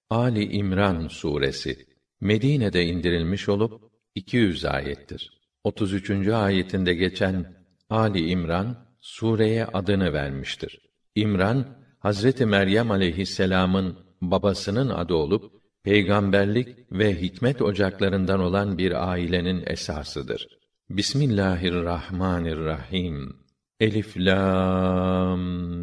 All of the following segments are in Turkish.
Ali İmran suresi Medine'de indirilmiş olup 200 ayettir. 33. ayetinde geçen Ali İmran sureye adını vermiştir. İmran Hazreti Meryem aleyhisselam'ın babasının adı olup peygamberlik ve hikmet ocaklarından olan bir ailenin esasıdır. Bismillahirrahmanirrahim. Elif lam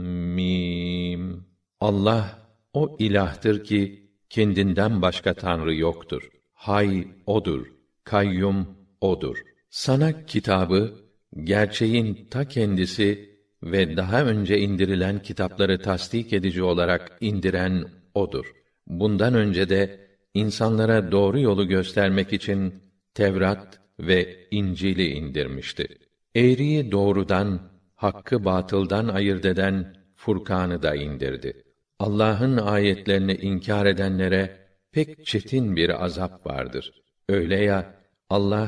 mim. Allah o ilahtır ki kendinden başka tanrı yoktur. Hay odur, kayyum odur. Sana kitabı gerçeğin ta kendisi ve daha önce indirilen kitapları tasdik edici olarak indiren odur. Bundan önce de insanlara doğru yolu göstermek için Tevrat ve İncil'i indirmişti. Eğriyi doğrudan, hakkı batıldan ayırt eden Furkan'ı da indirdi. Allah'ın ayetlerini inkar edenlere pek çetin bir azap vardır. Öyle ya, Allah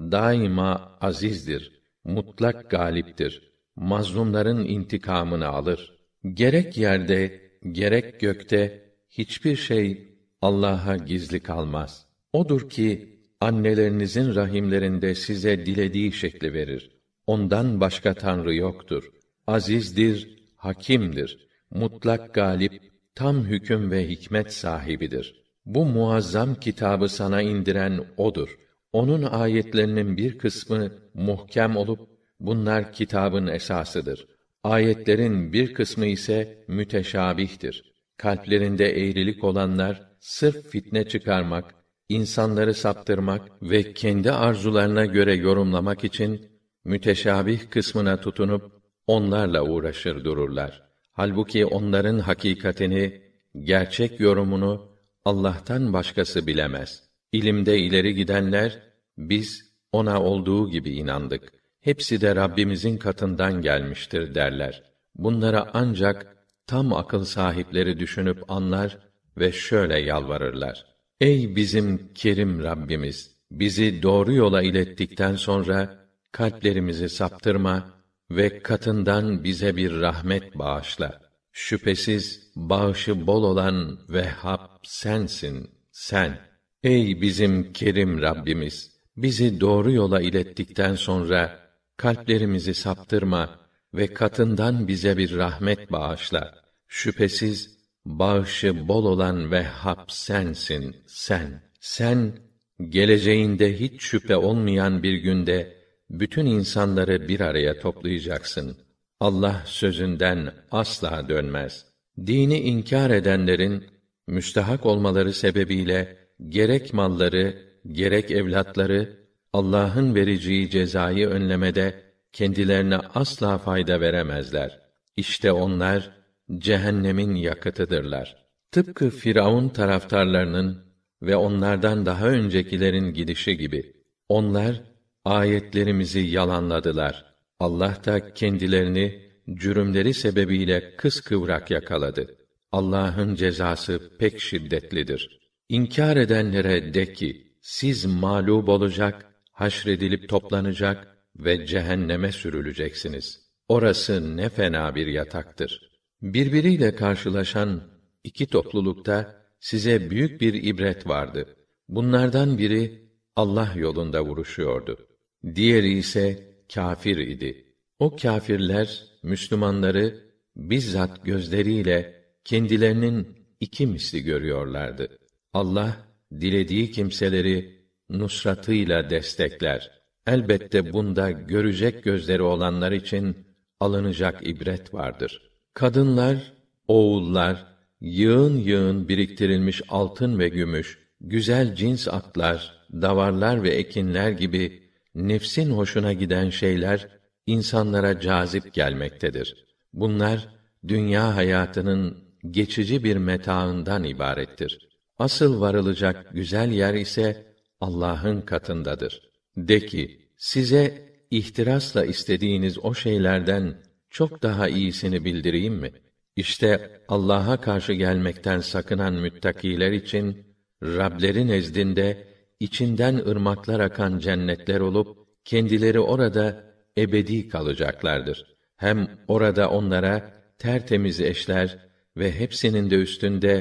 daima azizdir, mutlak galiptir. Mazlumların intikamını alır. Gerek yerde, gerek gökte hiçbir şey Allah'a gizli kalmaz. Odur ki annelerinizin rahimlerinde size dilediği şekli verir. Ondan başka tanrı yoktur. Azizdir, hakimdir. Mutlak galip, tam hüküm ve hikmet sahibidir. Bu muazzam kitabı sana indiren odur. Onun ayetlerinin bir kısmı muhkem olup bunlar kitabın esasıdır. Ayetlerin bir kısmı ise müteşabihtir. Kalplerinde eğrilik olanlar sırf fitne çıkarmak, insanları saptırmak ve kendi arzularına göre yorumlamak için müteşabih kısmına tutunup onlarla uğraşır dururlar. Halbuki onların hakikatini, gerçek yorumunu Allah'tan başkası bilemez. İlimde ileri gidenler, biz ona olduğu gibi inandık. Hepsi de Rabbimizin katından gelmiştir derler. Bunlara ancak tam akıl sahipleri düşünüp anlar ve şöyle yalvarırlar. Ey bizim kerim Rabbimiz! Bizi doğru yola ilettikten sonra kalplerimizi saptırma ve katından bize bir rahmet bağışla. Şüphesiz bağışı bol olan Vehhab sensin, sen. Ey bizim kerim Rabbimiz! Bizi doğru yola ilettikten sonra kalplerimizi saptırma ve katından bize bir rahmet bağışla. Şüphesiz bağışı bol olan Vehhab sensin, sen. Sen geleceğinde hiç şüphe olmayan bir günde bütün insanları bir araya toplayacaksın. Allah sözünden asla dönmez. Dini inkar edenlerin müstahak olmaları sebebiyle gerek malları, gerek evlatları Allah'ın vereceği cezayı önlemede kendilerine asla fayda veremezler. İşte onlar cehennemin yakıtıdırlar. Tıpkı Firavun taraftarlarının ve onlardan daha öncekilerin gidişi gibi. Onlar ayetlerimizi yalanladılar. Allah da kendilerini cürümleri sebebiyle kıskıvrak yakaladı. Allah'ın cezası pek şiddetlidir. İnkar edenlere de ki, siz mağlup olacak, haşredilip toplanacak ve cehenneme sürüleceksiniz. Orası ne fena bir yataktır. Birbiriyle karşılaşan iki toplulukta size büyük bir ibret vardı. Bunlardan biri Allah yolunda vuruşuyordu. Diğeri ise kâfir idi. O kâfirler Müslümanları bizzat gözleriyle kendilerinin iki misli görüyorlardı. Allah dilediği kimseleri nusratıyla destekler. Elbette bunda görecek gözleri olanlar için alınacak ibret vardır. Kadınlar, oğullar, yığın yığın biriktirilmiş altın ve gümüş, güzel cins atlar, davarlar ve ekinler gibi nefsin hoşuna giden şeyler insanlara cazip gelmektedir. Bunlar dünya hayatının geçici bir metaından ibarettir. Asıl varılacak güzel yer ise Allah'ın katındadır. De ki, size ihtirasla istediğiniz o şeylerden çok daha iyisini bildireyim mi? İşte Allah'a karşı gelmekten sakınan müttakiler için Rableri nezdinde içinden ırmaklar akan cennetler olup kendileri orada ebedi kalacaklardır. Hem orada onlara tertemiz eşler ve hepsinin de üstünde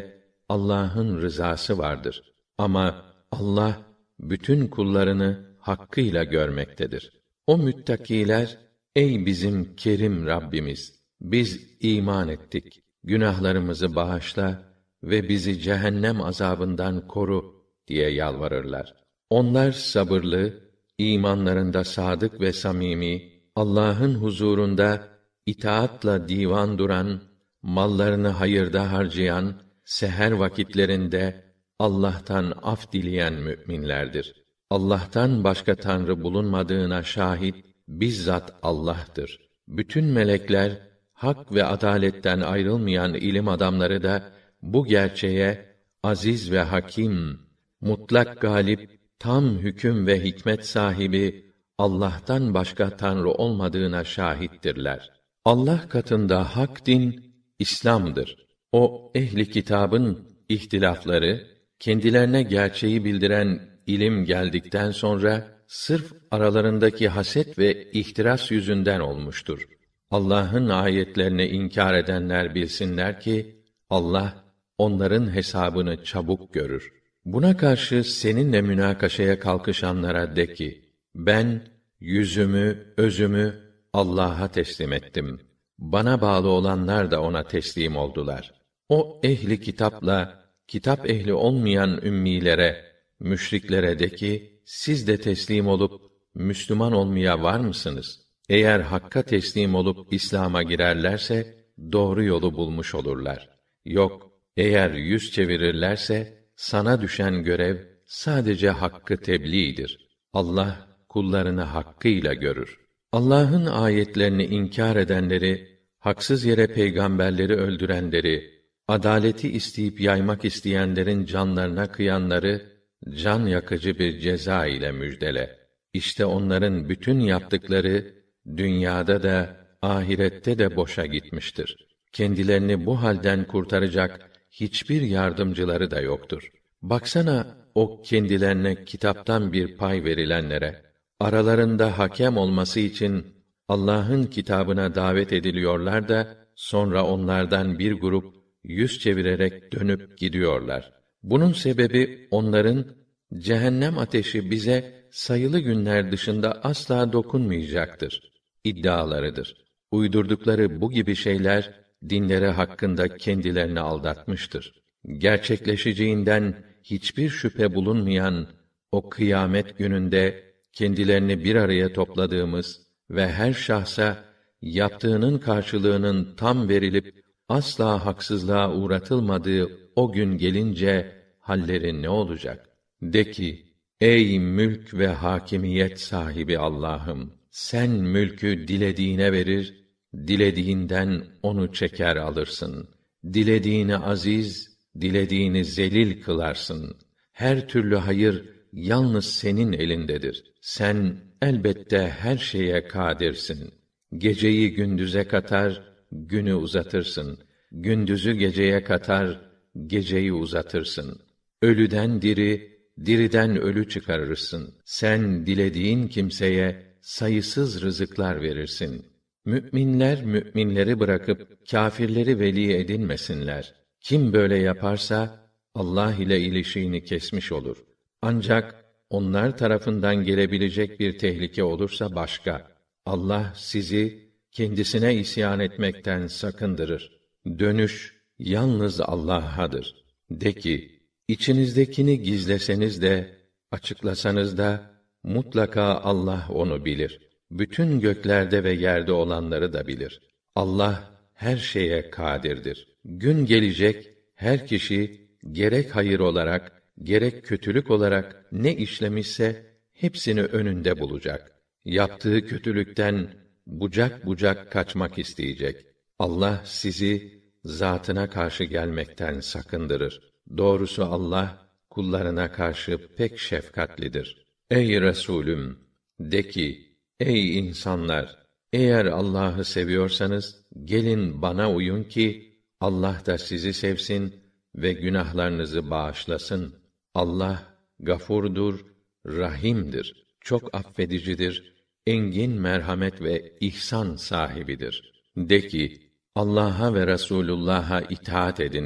Allah'ın rızası vardır. Ama Allah bütün kullarını hakkıyla görmektedir. O müttakiler, ey bizim kerim Rabbimiz, biz iman ettik. Günahlarımızı bağışla ve bizi cehennem azabından koru diye yalvarırlar. Onlar sabırlı, imanlarında sadık ve samimi, Allah'ın huzurunda itaatla divan duran, mallarını hayırda harcayan, seher vakitlerinde Allah'tan af dileyen müminlerdir. Allah'tan başka tanrı bulunmadığına şahit bizzat Allah'tır. Bütün melekler, hak ve adaletten ayrılmayan ilim adamları da bu gerçeğe aziz ve hakim, mutlak galip, tam hüküm ve hikmet sahibi Allah'tan başka tanrı olmadığına şahittirler. Allah katında hak din İslam'dır. O ehli kitabın ihtilafları kendilerine gerçeği bildiren ilim geldikten sonra sırf aralarındaki haset ve ihtiras yüzünden olmuştur. Allah'ın ayetlerini inkar edenler bilsinler ki Allah onların hesabını çabuk görür. Buna karşı seninle münakaşaya kalkışanlara de ki: ben yüzümü, özümü Allah'a teslim ettim. Bana bağlı olanlar da ona teslim oldular. O ehli kitapla kitap ehli olmayan ümmilere, müşriklere de ki: siz de teslim olup Müslüman olmaya var mısınız? Eğer hakka teslim olup İslam'a girerlerse doğru yolu bulmuş olurlar. Yok, eğer yüz çevirirlerse sana düşen görev sadece hakkı tebliğdir. Allah kullarını hakkıyla görür. Allah'ın ayetlerini inkar edenleri, haksız yere peygamberleri öldürenleri, adaleti isteyip yaymak isteyenlerin canlarına kıyanları can yakıcı bir ceza ile müjdele. İşte onların bütün yaptıkları dünyada da ahirette de boşa gitmiştir. Kendilerini bu halden kurtaracak hiçbir yardımcıları da yoktur. Baksana o kendilerine kitaptan bir pay verilenlere, aralarında hakem olması için Allah'ın kitabına davet ediliyorlar da sonra onlardan bir grup yüz çevirerek dönüp gidiyorlar. Bunun sebebi onların cehennem ateşi bize sayılı günler dışında asla dokunmayacaktır iddialarıdır. Uydurdukları bu gibi şeyler dinleri hakkında kendilerini aldatmıştır. Gerçekleşeceğinden hiçbir şüphe bulunmayan o kıyamet gününde kendilerini bir araya topladığımız ve her şahsa yaptığının karşılığının tam verilip asla haksızlığa uğratılmadığı o gün gelince halleri ne olacak? De ki: ey mülk ve hakimiyet sahibi Allah'ım, sen mülkü dilediğine verir, dilediğinden onu çeker alırsın. Dilediğini aziz, dilediğini zelil kılarsın. Her türlü hayır yalnız senin elindedir. Sen elbette her şeye kadirsin. Geceyi gündüze katar, günü uzatırsın. Gündüzü geceye katar, geceyi uzatırsın. Ölüden diri, diriden ölü çıkarırsın. Sen dilediğin kimseye sayısız rızıklar verirsin. Müminler müminleri bırakıp kâfirleri veli edinmesinler. Kim böyle yaparsa Allah ile ilişiğini kesmiş olur. Ancak onlar tarafından gelebilecek bir tehlike olursa başka. Allah sizi kendisine isyan etmekten sakındırır. Dönüş yalnız Allah'adır. De ki: içinizdekini gizleseniz de açıklasanız da mutlaka Allah onu bilir. Bütün göklerde ve yerde olanları da bilir. Allah her şeye kadirdir. Gün gelecek, her kişi gerek hayır olarak, gerek kötülük olarak ne işlemişse hepsini önünde bulacak. Yaptığı kötülükten bucak bucak kaçmak isteyecek. Allah sizi zatına karşı gelmekten sakındırır. Doğrusu Allah kullarına karşı pek şefkatlidir. Ey Resulüm, de ki: ey insanlar, eğer Allah'ı seviyorsanız gelin bana uyun ki Allah da sizi sevsin ve günahlarınızı bağışlasın. Allah gafurdur, rahimdir, çok affedicidir, engin merhamet ve ihsan sahibidir. De ki: Allah'a ve Resulullah'a itaat ediniz.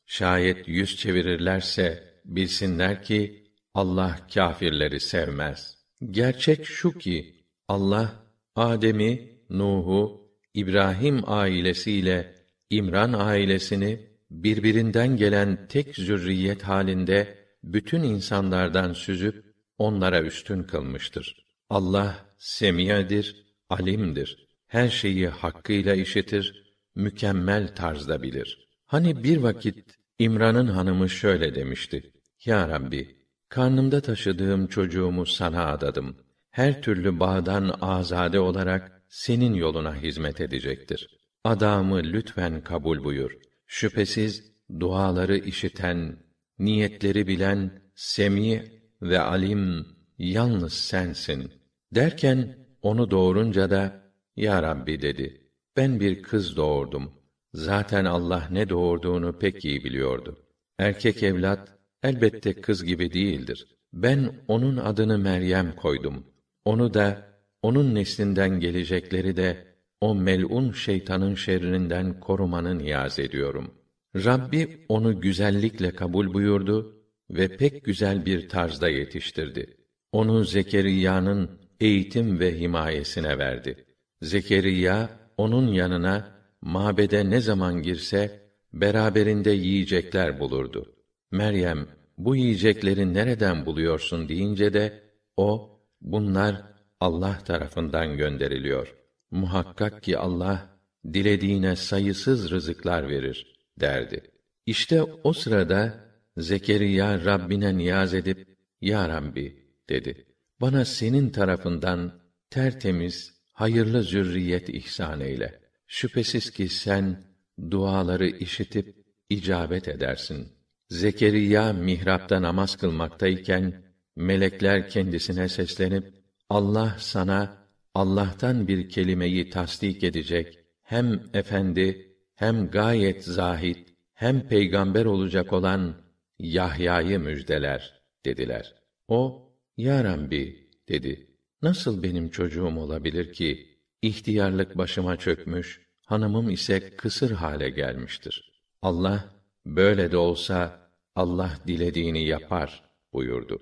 Şayet yüz çevirirlerse bilsinler ki Allah kâfirleri sevmez. Gerçek şu ki Allah Adem'i, Nuh'u, İbrahim ailesiyle İmran ailesini birbirinden gelen tek zürriyet halinde bütün insanlardan süzüp onlara üstün kılmıştır. Allah semi'dir, alimdir. Her şeyi hakkıyla işitir, mükemmel tarzda bilir. Hani bir vakit İmran'ın hanımı şöyle demişti: Ya Rabbi, karnımda taşıdığım çocuğumu sana adadım. Her türlü bağdan azade olarak senin yoluna hizmet edecektir. Adamı lütfen kabul buyur. Şüphesiz duaları işiten, niyetleri bilen, semi ve alim yalnız sensin. Derken onu doğurunca da Ya Rabbi dedi. Ben bir kız doğurdum. Zaten Allah ne doğurduğunu pek iyi biliyordu. Erkek evlat elbette kız gibi değildir. Ben onun adını Meryem koydum. Onu da onun neslinden gelecekleri de o mel'un şeytanın şerrinden korumanı niyaz ediyorum. Rabbi onu güzellikle kabul buyurdu ve pek güzel bir tarzda yetiştirdi. Onu Zekeriya'nın eğitim ve himayesine verdi. Zekeriya onun yanına mabede ne zaman girse beraberinde yiyecekler bulurdu. Meryem, bu yiyecekleri nereden buluyorsun deyince de o, bunlar Allah tarafından gönderiliyor. Muhakkak ki Allah dilediğine sayısız rızıklar verir derdi. İşte o sırada Zekeriya Rabbine niyaz edip Ya Rabbi dedi. Bana senin tarafından tertemiz, hayırlı zürriyet ihsan eyle. Şüphesiz ki sen duaları işitip icabet edersin. Zekeriya mihrapta namaz kılmaktayken melekler kendisine seslenip Allah sana Allah'tan bir kelimeyi tasdik edecek hem efendi hem gayet zahid hem peygamber olacak olan Yahya'yı müjdeler dediler. O Ya Rabbi dedi. Nasıl benim çocuğum olabilir ki ihtiyarlık başıma çökmüş, hanımım ise kısır hale gelmiştir. Allah böyle de olsa Allah dilediğini yapar buyurdu.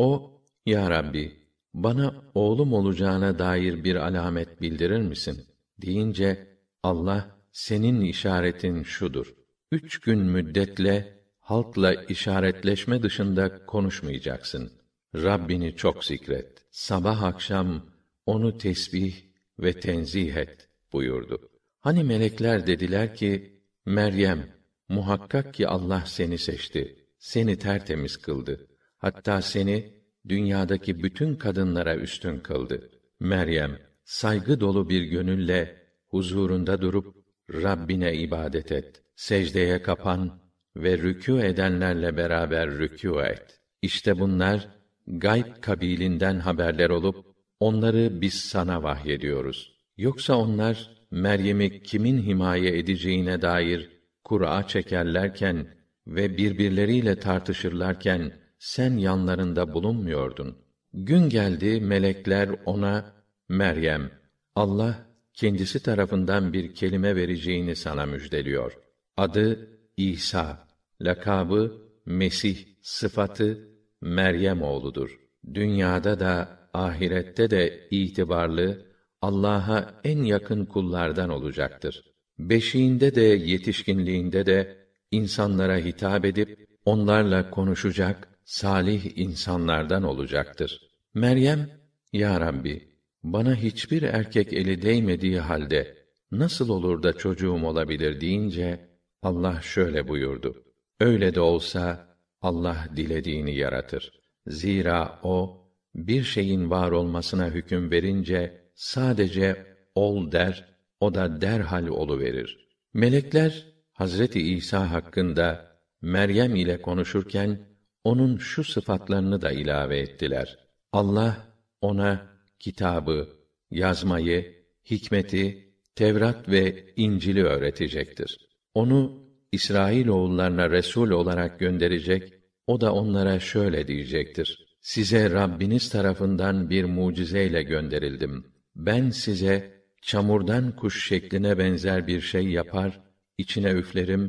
O Ya Rabbi bana oğlum olacağına dair bir alamet bildirir misin deyince Allah senin işaretin şudur. 3 gün müddetle halkla işaretleşme dışında konuşmayacaksın. Rabbini çok zikret. Sabah akşam onu tesbih ve tenzih et buyurdu. Hani melekler dediler ki Meryem muhakkak ki Allah seni seçti. Seni tertemiz kıldı. Hatta seni dünyadaki bütün kadınlara üstün kıldı. Meryem saygı dolu bir gönülle huzurunda durup Rabbine ibadet et. Secdeye kapan ve rükû edenlerle beraber rükû et. İşte bunlar gayb kabilinden haberler olup onları biz sana vahyediyoruz. Yoksa onlar Meryem'i kimin himaye edeceğine dair kura çekerlerken ve birbirleriyle tartışırlarken sen yanlarında bulunmuyordun. Gün geldi melekler ona Meryem Allah kendisi tarafından bir kelime vereceğini sana müjdeliyor. Adı İsa, lakabı Mesih, sıfatı Meryem oğludur. Dünyada da ahirette de itibarlı, Allah'a en yakın kullardan olacaktır. Beşiğinde de yetişkinliğinde de insanlara hitap edip onlarla konuşacak salih insanlardan olacaktır. Meryem, Ya Rabbi, bana hiçbir erkek eli değmediği halde nasıl olur da çocuğum olabilir deyince Allah şöyle buyurdu. Öyle de olsa Allah dilediğini yaratır. Zira o bir şeyin var olmasına hüküm verince sadece ol der, o da derhal oluverir. Melekler Hazreti İsa hakkında Meryem ile konuşurken onun şu sıfatlarını da ilave ettiler. Allah ona kitabı, yazmayı, hikmeti, Tevrat ve İncil'i öğretecektir. Onu İsrailoğullarına resul olarak gönderecek, o da onlara şöyle diyecektir: Size Rabbiniz tarafından bir mucizeyle gönderildim. Ben size çamurdan kuş şekline benzer bir şey yapar, içine üflerim,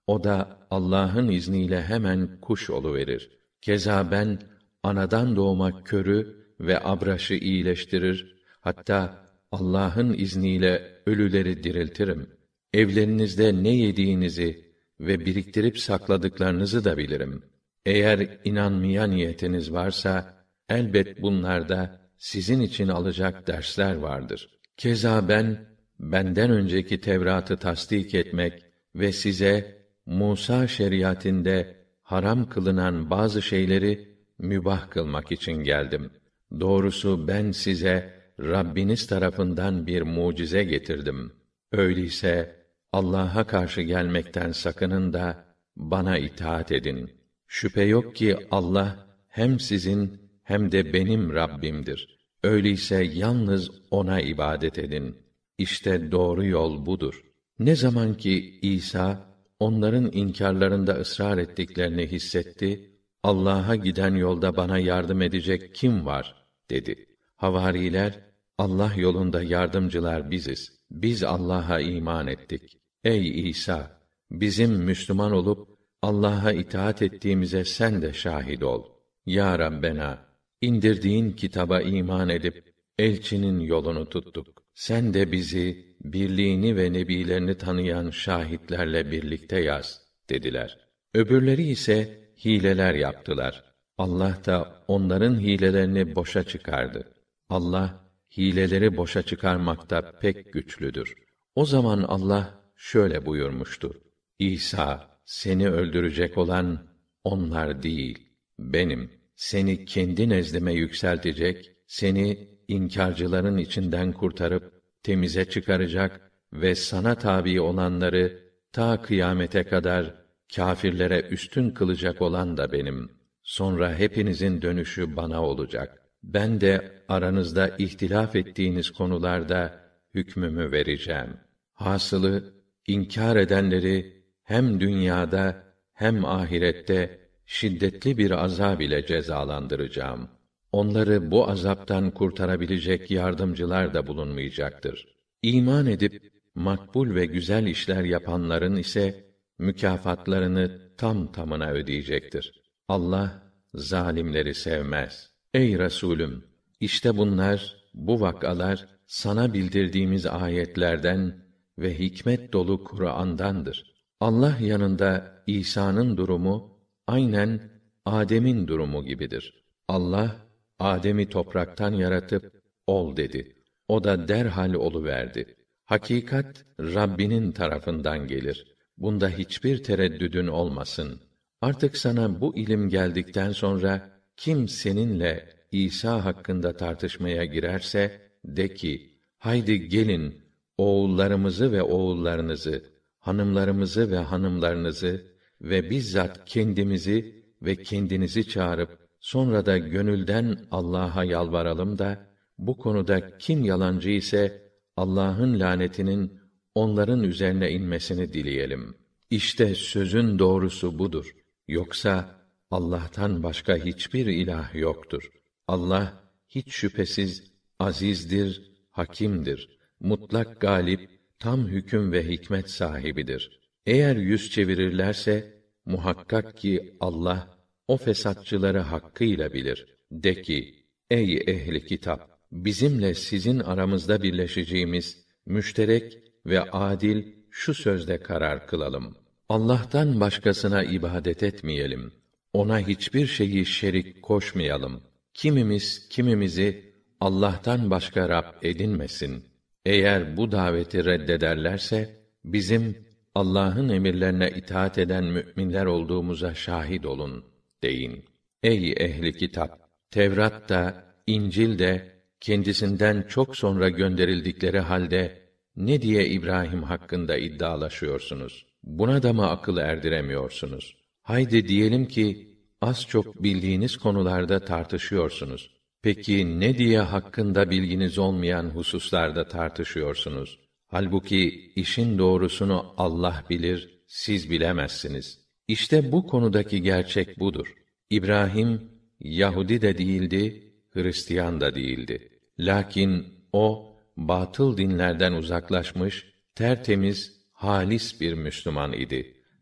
O da Allah'ın izniyle hemen kuş oluverir. Keza ben anadan doğma körü ve abraşı iyileştirir, hatta Allah'ın izniyle ölüleri diriltirim. Evlerinizde ne yediğinizi ve biriktirip sakladıklarınızı da bilirim. Eğer inanmaya niyetiniz varsa, elbet bunlarda sizin için alacak dersler vardır. Keza ben, benden önceki Tevrat'ı tasdik etmek ve size Musa şeriatinde haram kılınan bazı şeyleri mübah kılmak için geldim. Doğrusu ben size Rabbiniz tarafından bir mucize getirdim. Öyleyse Allah'a karşı gelmekten sakının da bana itaat edin. Şüphe yok ki Allah hem sizin hem de benim Rabbimdir. Öyleyse yalnız ona ibadet edin. İşte doğru yol budur. Ne zaman ki İsa onların inkârlarında ısrar ettiklerini hissetti, Allah'a giden yolda bana yardım edecek kim var dedi. Havariler, Allah yolunda yardımcılar biziz. Biz Allah'a iman ettik. Ey İsa, bizim Müslüman olup Allah'a itaat ettiğimize sen de şahit ol. Ya Rabbena, indirdiğin kitaba iman edip elçinin yolunu tuttuk. Sen de bizi birliğini ve nebilerini tanıyan şahitlerle birlikte yaz dediler. Öbürleri ise hileler yaptılar. Allah da onların hilelerini boşa çıkardı. Allah hileleri boşa çıkarmakta pek güçlüdür. O zaman Allah şöyle buyurmuştu: İsa, seni öldürecek olan onlar değil, benim. Seni kendi nezdime yükseltecek, seni inkârcıların içinden kurtarıp temize çıkaracak ve sana tabi olanları ta kıyamete kadar kâfirlere üstün kılacak olan da benim. Sonra hepinizin dönüşü bana olacak. Ben de aranızda ihtilaf ettiğiniz konularda hükmümü vereceğim. Hasılı, inkar edenleri hem dünyada hem ahirette şiddetli bir azab ile cezalandıracağım. Onları bu azaptan kurtarabilecek yardımcılar da bulunmayacaktır. İman edip makbul ve güzel işler yapanların ise mükafatlarını tam tamına ödeyecektir. Allah zalimleri sevmez. Ey Resulüm, işte bunlar, bu vakalar sana bildirdiğimiz ayetlerden ve hikmet dolu Kur'an'dandır. Allah yanında İsa'nın durumu aynen Adem'in durumu gibidir. Allah Adem'i topraktan yaratıp ol dedi. O da derhal oluverdi. Hakikat Rabbinin tarafından gelir. Bunda hiçbir tereddüdün olmasın. Artık sana bu ilim geldikten sonra kim seninle İsa hakkında tartışmaya girerse de ki: haydi gelin oğullarımızı ve oğullarınızı, hanımlarımızı ve hanımlarınızı ve bizzat kendimizi ve kendinizi çağırıp sonra da gönülden Allah'a yalvaralım da bu konuda kim yalancı ise Allah'ın lanetinin onların üzerine inmesini dileyelim. İşte sözün doğrusu budur. Yoksa Allah'tan başka hiçbir ilah yoktur. Allah hiç şüphesiz azizdir, hakimdir. Mutlak galip, tam hüküm ve hikmet sahibidir. Eğer yüz çevirirlerse muhakkak ki Allah o fesatçıları hakkıyla bilir. De ki: ey ehli kitap, bizimle sizin aramızda birleşeceğimiz müşterek ve adil şu sözde karar kılalım: Allah'tan başkasına ibadet etmeyelim. Ona hiçbir şeyi şerik koşmayalım. Kimimiz kimimizi Allah'tan başka Rab edinmesin. Eğer bu daveti reddederlerse bizim Allah'ın emirlerine itaat eden müminler olduğumuza şahit olun deyin. Ey ehli kitap, Tevrat da, İncil de kendisinden çok sonra gönderildikleri halde ne diye İbrahim hakkında iddialaşıyorsunuz? Buna da mı akıl erdiremiyorsunuz? Haydi diyelim ki az çok bildiğiniz konularda tartışıyorsunuz. Peki ne diye hakkında bilginiz olmayan hususlarda tartışıyorsunuz? Halbuki işin doğrusunu Allah bilir, siz bilemezsiniz. İşte bu konudaki gerçek budur. İbrahim Yahudi de değildi, Hristiyan da değildi. Lakin o batıl dinlerden uzaklaşmış, tertemiz, halis bir Müslüman idi.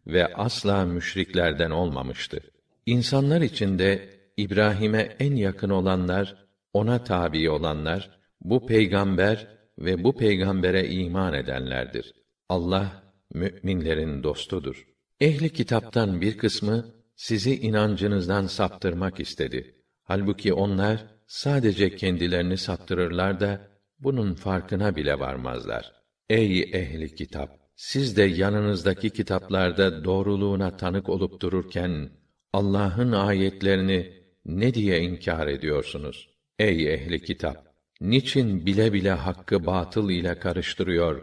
ve asla müşriklerden olmamıştı. İnsanlar içinde İbrahim'e en yakın olanlar, ona tabi olanlar, bu peygamber ve bu peygambere iman edenlerdir. Allah müminlerin dostudur. Ehli kitaptan bir kısmı sizi inancınızdan saptırmak istedi. Halbuki onlar sadece kendilerini saptırırlar da bunun farkına bile varmazlar. Ey ehli kitap! Siz de yanınızdaki kitaplarda doğruluğuna tanık olup dururken Allah'ın ayetlerini ne diye inkar ediyorsunuz? Ey ehli kitap! Niçin bile bile hakkı batıl ile karıştırıyor?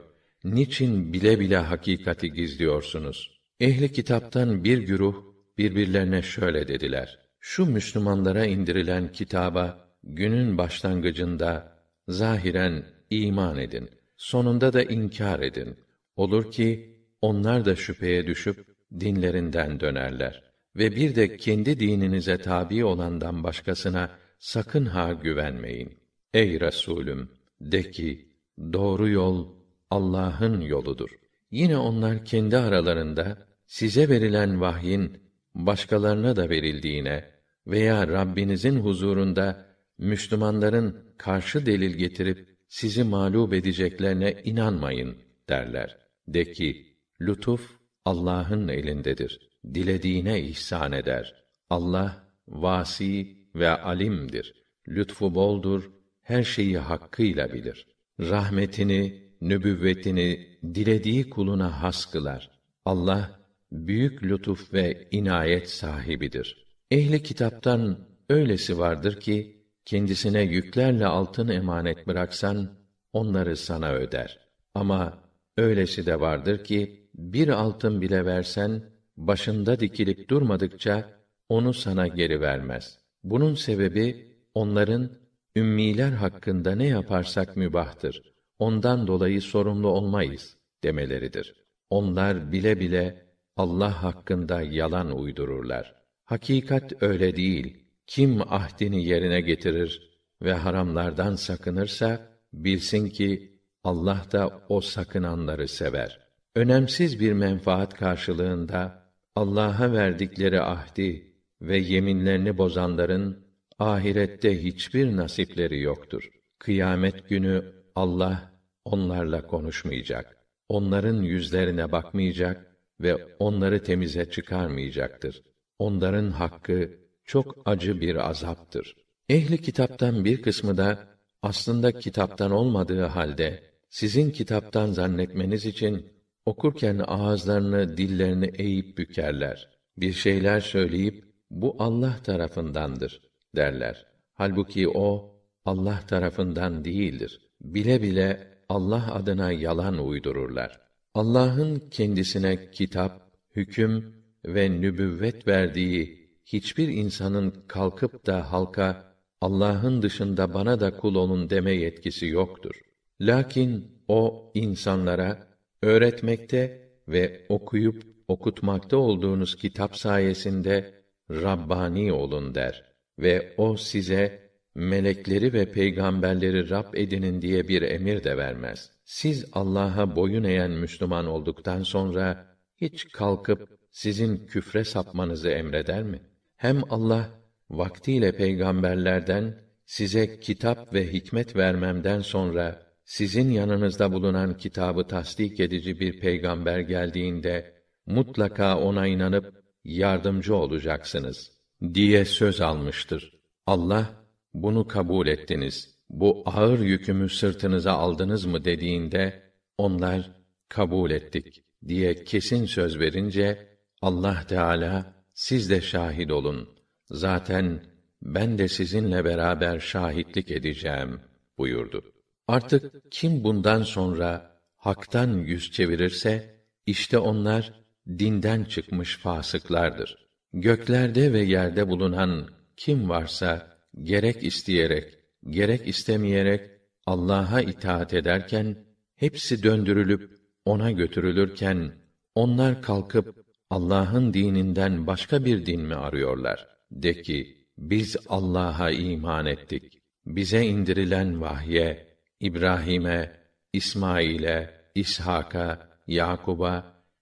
Niçin bile bile hakikati gizliyorsunuz? Ehli kitaptan bir güruh birbirlerine şöyle dediler: Şu Müslümanlara indirilen kitaba günün başlangıcında zahiren iman edin, sonunda da inkar edin. Olur ki onlar da şüpheye düşüp dinlerinden dönerler ve bir de kendi dininize tabi olandan başkasına sakın ha güvenmeyin. Ey Resulüm, de ki, doğru yol Allah'ın yoludur. Yine onlar kendi aralarında size verilen vahyin başkalarına da verildiğine veya Rabbinizin huzurunda Müslümanların karşı delil getirip sizi mağlup edeceklerine inanmayın derler. De ki, lütuf Allah'ın elindedir. Dilediğine ihsan eder. Allah vasi ve alimdir. Lütfu boldur, her şeyi hakkıyla bilir. Rahmetini, nübüvvetini dilediği kuluna has kılar. Allah büyük lütuf ve inayet sahibidir. Ehli kitaptan öylesi vardır ki kendisine yüklerle altın emanet bıraksan onları sana öder. Ama öylesi de vardır ki bir altın bile versen başında dikilip durmadıkça onu sana geri vermez. Bunun sebebi onların ümmiler hakkında ne yaparsak mübahtır. Ondan dolayı sorumlu olmayız demeleridir. Onlar bile bile Allah hakkında yalan uydururlar. Hakikat öyle değil. Kim ahdini yerine getirir ve haramlardan sakınırsa bilsin ki Allah da o sakınanları sever. Önemsiz bir menfaat karşılığında Allah'a verdikleri ahdi ve yeminlerini bozanların ahirette hiçbir nasipleri yoktur. Kıyamet günü Allah onlarla konuşmayacak. Onların yüzlerine bakmayacak ve onları temize çıkarmayacaktır. Onların hakkı çok acı bir azaptır. Ehli kitaptan bir kısmı da aslında kitaptan olmadığı halde sizin kitaptan zannetmeniz için okurken ağızlarını, dillerini eğip bükerler. Bir şeyler söyleyip bu Allah tarafındandır derler. Halbuki o Allah tarafından değildir. Bile bile Allah adına yalan uydururlar. Allah'ın kendisine kitap, hüküm ve nübüvvet verdiği hiçbir insanın kalkıp da halka Allah'ın dışında bana da kul olun deme yetkisi yoktur. Lakin o insanlara öğretmekte ve okuyup okutmakta olduğunuz kitap sayesinde Rabbani olun der ve o size melekleri ve peygamberleri Rab edinin diye bir emir de vermez. Siz Allah'a boyun eğen Müslüman olduktan sonra hiç kalkıp sizin küfre sapmanızı emreder mi? Hem Allah vaktiyle peygamberlerden size kitap ve hikmet vermemden sonra sizin yanınızda bulunan kitabı tasdik edici bir peygamber geldiğinde mutlaka ona inanıp yardımcı olacaksınız diye söz almıştır. Allah bunu kabul ettiniz. Bu ağır yükümü sırtınıza aldınız mı dediğinde onlar kabul ettik diye kesin söz verince Allah Teala siz de şahit olun. Zaten ben de sizinle beraber şahitlik edeceğim buyurdu. Artık kim bundan sonra haktan yüz çevirirse işte onlar dinden çıkmış fasıklardır. Göklerde ve yerde bulunan kim varsa gerek isteyerek gerek istemeyerek Allah'a itaat ederken hepsi döndürülüp ona götürülürken onlar kalkıp Allah'ın dininden başka bir din mi arıyorlar? De ki, biz Allah'a iman ettik. Bize indirilen vahye, İbrahim'e, İsmail'e, İshak'a, Yakub'a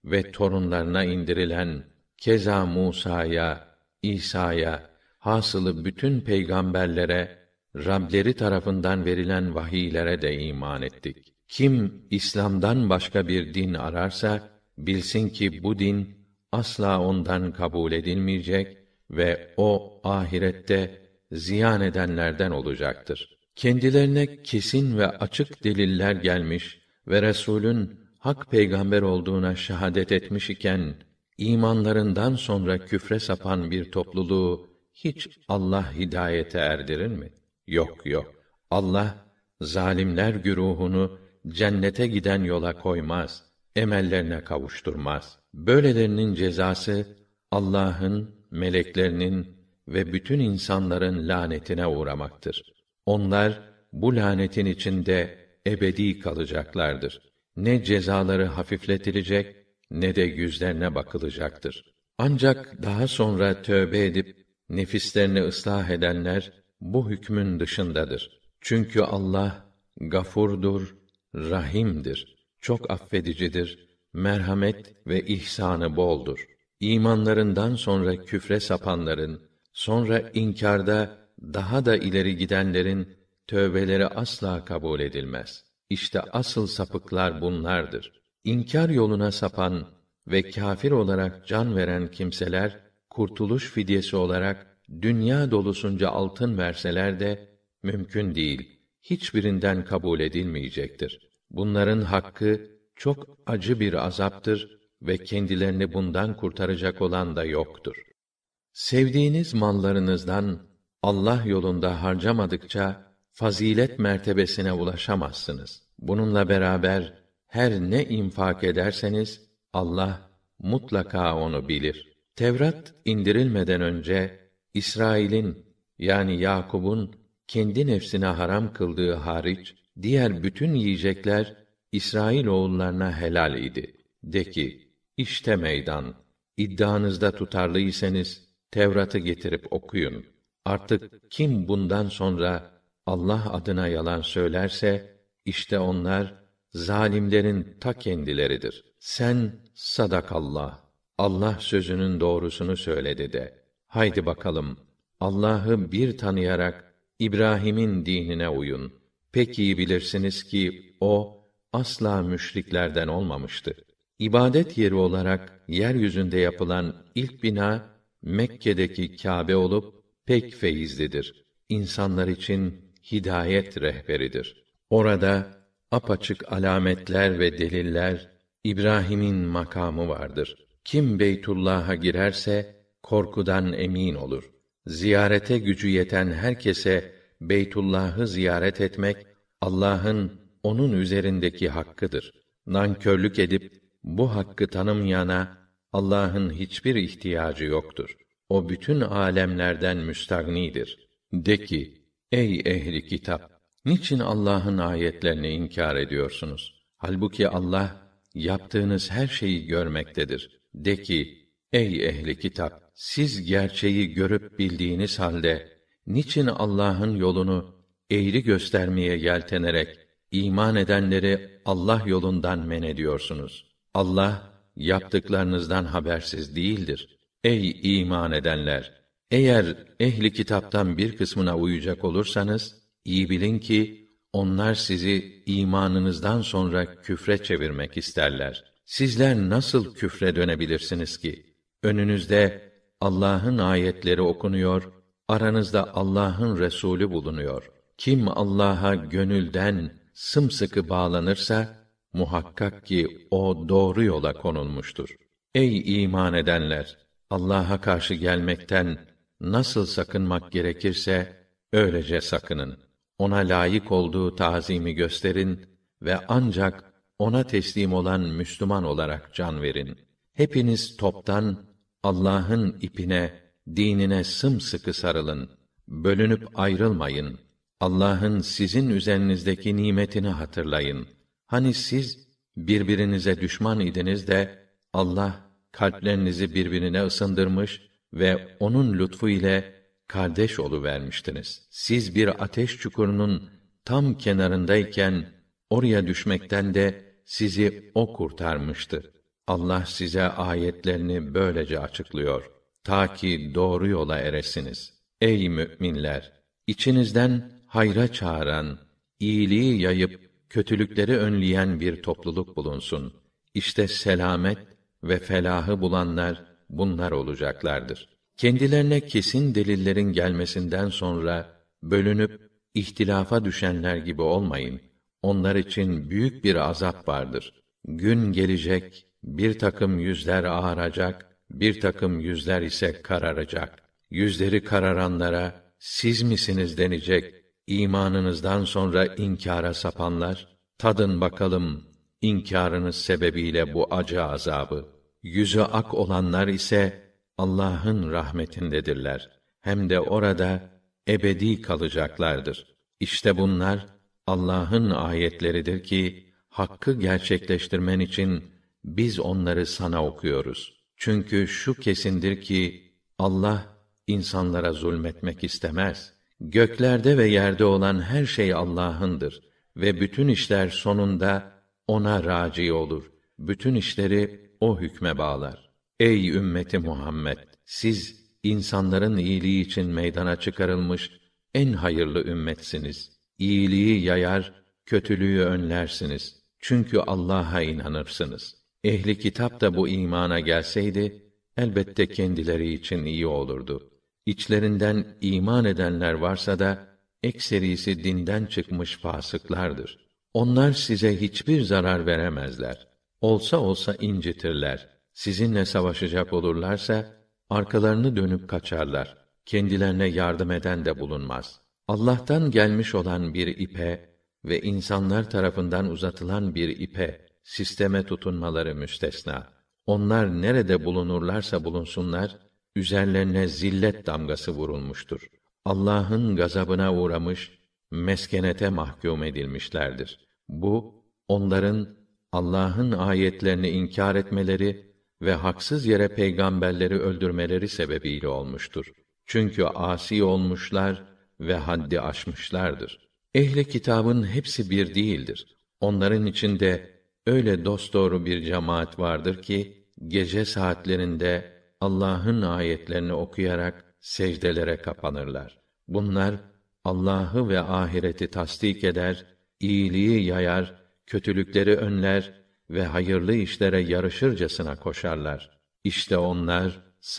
ve torunlarına indirilen, keza Musa'ya, İsa'ya, hasılı bütün peygamberlere, Rableri tarafından verilen vahiylere de iman ettik. Kim İslam'dan başka bir din ararsa, bilsin ki bu din asla ondan kabul edilmeyecek ve o ahirette ziyan edenlerden olacaktır. Kendilerine kesin ve açık deliller gelmiş ve Resulün hak peygamber olduğuna şahadet etmiş iken, imanlarından sonra küfre sapan bir topluluğu hiç Allah hidayete erdirir mi? Yok, yok. Allah zalimler güruhunu cennete giden yola koymaz, emellerine kavuşturmaz. Böylelerinin cezası Allah'ın, meleklerinin ve bütün insanların lanetine uğramaktır. Onlar bu lanetin içinde ebedi kalacaklardır. Ne cezaları hafifletilecek ne de yüzlerine bakılacaktır. Ancak daha sonra tövbe edip nefislerini ıslah edenler bu hükmün dışındadır. Çünkü Allah gafurdur, rahimdir. Çok affedicidir, merhamet ve ihsanı boldur. İmanlarından sonra küfre sapanların, sonra inkârda daha da ileri gidenlerin tövbeleri asla kabul edilmez. İşte asıl sapıklar bunlardır. İnkar yoluna sapan ve kâfir olarak can veren kimseler, kurtuluş fidyesi olarak dünya dolusunca altın verseler de mümkün değil, hiçbirinden kabul edilmeyecektir. Bunların hakkı çok acı bir azaptır ve kendilerini bundan kurtaracak olan da yoktur. Sevdiğiniz mallarınızdan Allah yolunda harcamadıkça fazilet mertebesine ulaşamazsınız. Bununla beraber her ne infak ederseniz Allah mutlaka onu bilir. Tevrat indirilmeden önce İsrail'in yani Yakub'un kendi nefsine haram kıldığı hariç diğer bütün yiyecekler İsrail oğullarına helal idi. De ki, işte meydan. İddianızda tutarlıysanız Tevrat'ı getirip okuyun. Artık kim bundan sonra Allah adına yalan söylerse işte onlar zalimlerin ta kendileridir. Sen sadakallah. Allah sözünün doğrusunu söyledi de. Haydi bakalım Allah'ı bir tanıyarak İbrahim'in dinine uyun. Pek iyi bilirsiniz ki o asla müşriklerden olmamıştı. İbadet yeri olarak yeryüzünde yapılan ilk bina Mekke'deki Kâbe olup pek feyizlidir. İnsanlar için hidayet rehberidir. Orada apaçık alametler ve deliller, İbrahim'in makamı vardır. Kim Beytullah'a girerse korkudan emin olur. Ziyarete gücü yeten herkese Beytullah'ı ziyaret etmek Allah'ın onun üzerindeki hakkıdır. Nankörlük edip bu hakkı tanımayana Allah'ın hiçbir ihtiyacı yoktur. O bütün âlemlerden müstagnidir. De ki, ey ehli kitap! Niçin Allah'ın ayetlerini inkar ediyorsunuz? Halbuki Allah yaptığınız her şeyi görmektedir. De ki, ey ehli kitap! Siz gerçeği görüp bildiğiniz halde niçin Allah'ın yolunu eğri göstermeye yeltenerek iman edenleri Allah yolundan men ediyorsunuz? Allah yaptıklarınızdan habersiz değildir. Ey iman edenler! Eğer ehli kitaptan bir kısmına uyacak olursanız, iyi bilin ki, onlar sizi imanınızdan sonra küfre çevirmek isterler. Sizler nasıl küfre dönebilirsiniz ki? Önünüzde Allah'ın ayetleri okunuyor, aranızda Allah'ın Resulü bulunuyor. Kim Allah'a gönülden sımsıkı bağlanırsa, muhakkak ki o doğru yola konulmuştur. Ey iman edenler! Allah'a karşı gelmekten nasıl sakınmak gerekirse öylece sakının. Ona layık olduğu tazimi gösterin ve ancak ona teslim olan Müslüman olarak can verin. Hepiniz toptan Allah'ın ipine, dinine sımsıkı sarılın. Bölünüp ayrılmayın. Allah'ın sizin üzerinizdeki nimetini hatırlayın. Hani siz birbirinize düşman idiniz de Allah kalplerinizi birbirine ısındırmış ve onun lütfu ile kardeş oluvermiştiniz. Siz bir ateş çukurunun tam kenarındayken oraya düşmekten de sizi o kurtarmıştı. Allah size ayetlerini böylece açıklıyor, ta ki doğru yola eresiniz. Ey müminler! İçinizden hayra çağıran, iyiliği yayıp kötülükleri önleyen bir topluluk bulunsun. İşte selamet ve felahı bulanlar bunlar olacaklardır. Kendilerine kesin delillerin gelmesinden sonra bölünüp ihtilafa düşenler gibi olmayın. Onlar için büyük bir azap vardır. Gün gelecek, bir takım yüzler ağaracak, bir takım yüzler ise kararacak. Yüzleri kararanlara, siz misiniz denecek, imanınızdan sonra inkâra sapanlar, tadın bakalım, inkârınız sebebiyle bu acı azabı. Yüzü ak olanlar ise, Allah'ın rahmetindedirler. Hem de orada, ebedi kalacaklardır. İşte bunlar, Allah'ın ayetleridir ki, hakkı gerçekleştirmen için, biz onları sana okuyoruz. Çünkü şu kesindir ki, Allah, insanlara zulmetmek istemez. Göklerde ve yerde olan her şey Allah'ındır ve bütün işler sonunda ona râci olur. Bütün işleri o hükme bağlar. Ey ümmeti Muhammed! Siz insanların iyiliği için meydana çıkarılmış en hayırlı ümmetsiniz. İyiliği yayar, kötülüğü önlersiniz. Çünkü Allah'a inanırsınız. Ehli kitap da bu imana gelseydi, elbette kendileri için iyi olurdu. İçlerinden iman edenler varsa da, ekserisi dinden çıkmış fasıklardır. Onlar size hiçbir zarar veremezler. Olsa olsa incitirler. Sizinle savaşacak olurlarsa, arkalarını dönüp kaçarlar. Kendilerine yardım eden de bulunmaz. Allah'tan gelmiş olan bir ipe ve insanlar tarafından uzatılan bir ipe, sisteme tutunmaları müstesna. Onlar nerede bulunurlarsa bulunsunlar, üzerlerine zillet damgası vurulmuştur. Allah'ın gazabına uğramış, meskenete mahkum edilmişlerdir. Bu, onların Allah'ın ayetlerini inkar etmeleri ve haksız yere peygamberleri öldürmeleri sebebiyle olmuştur. Çünkü asi olmuşlar ve haddi aşmışlardır. Ehli kitabın hepsi bir değildir. Onların içinde öyle dosdoğru bir cemaat vardır ki, gece saatlerinde Allah'ın ayetlerini okuyarak secdelere kapanırlar. Bunlar Allah'ı ve ahireti tasdik eder, iyiliği yayar, kötülükleri önler ve hayırlı işlere yarışırcasına koşarlar. İşte onlar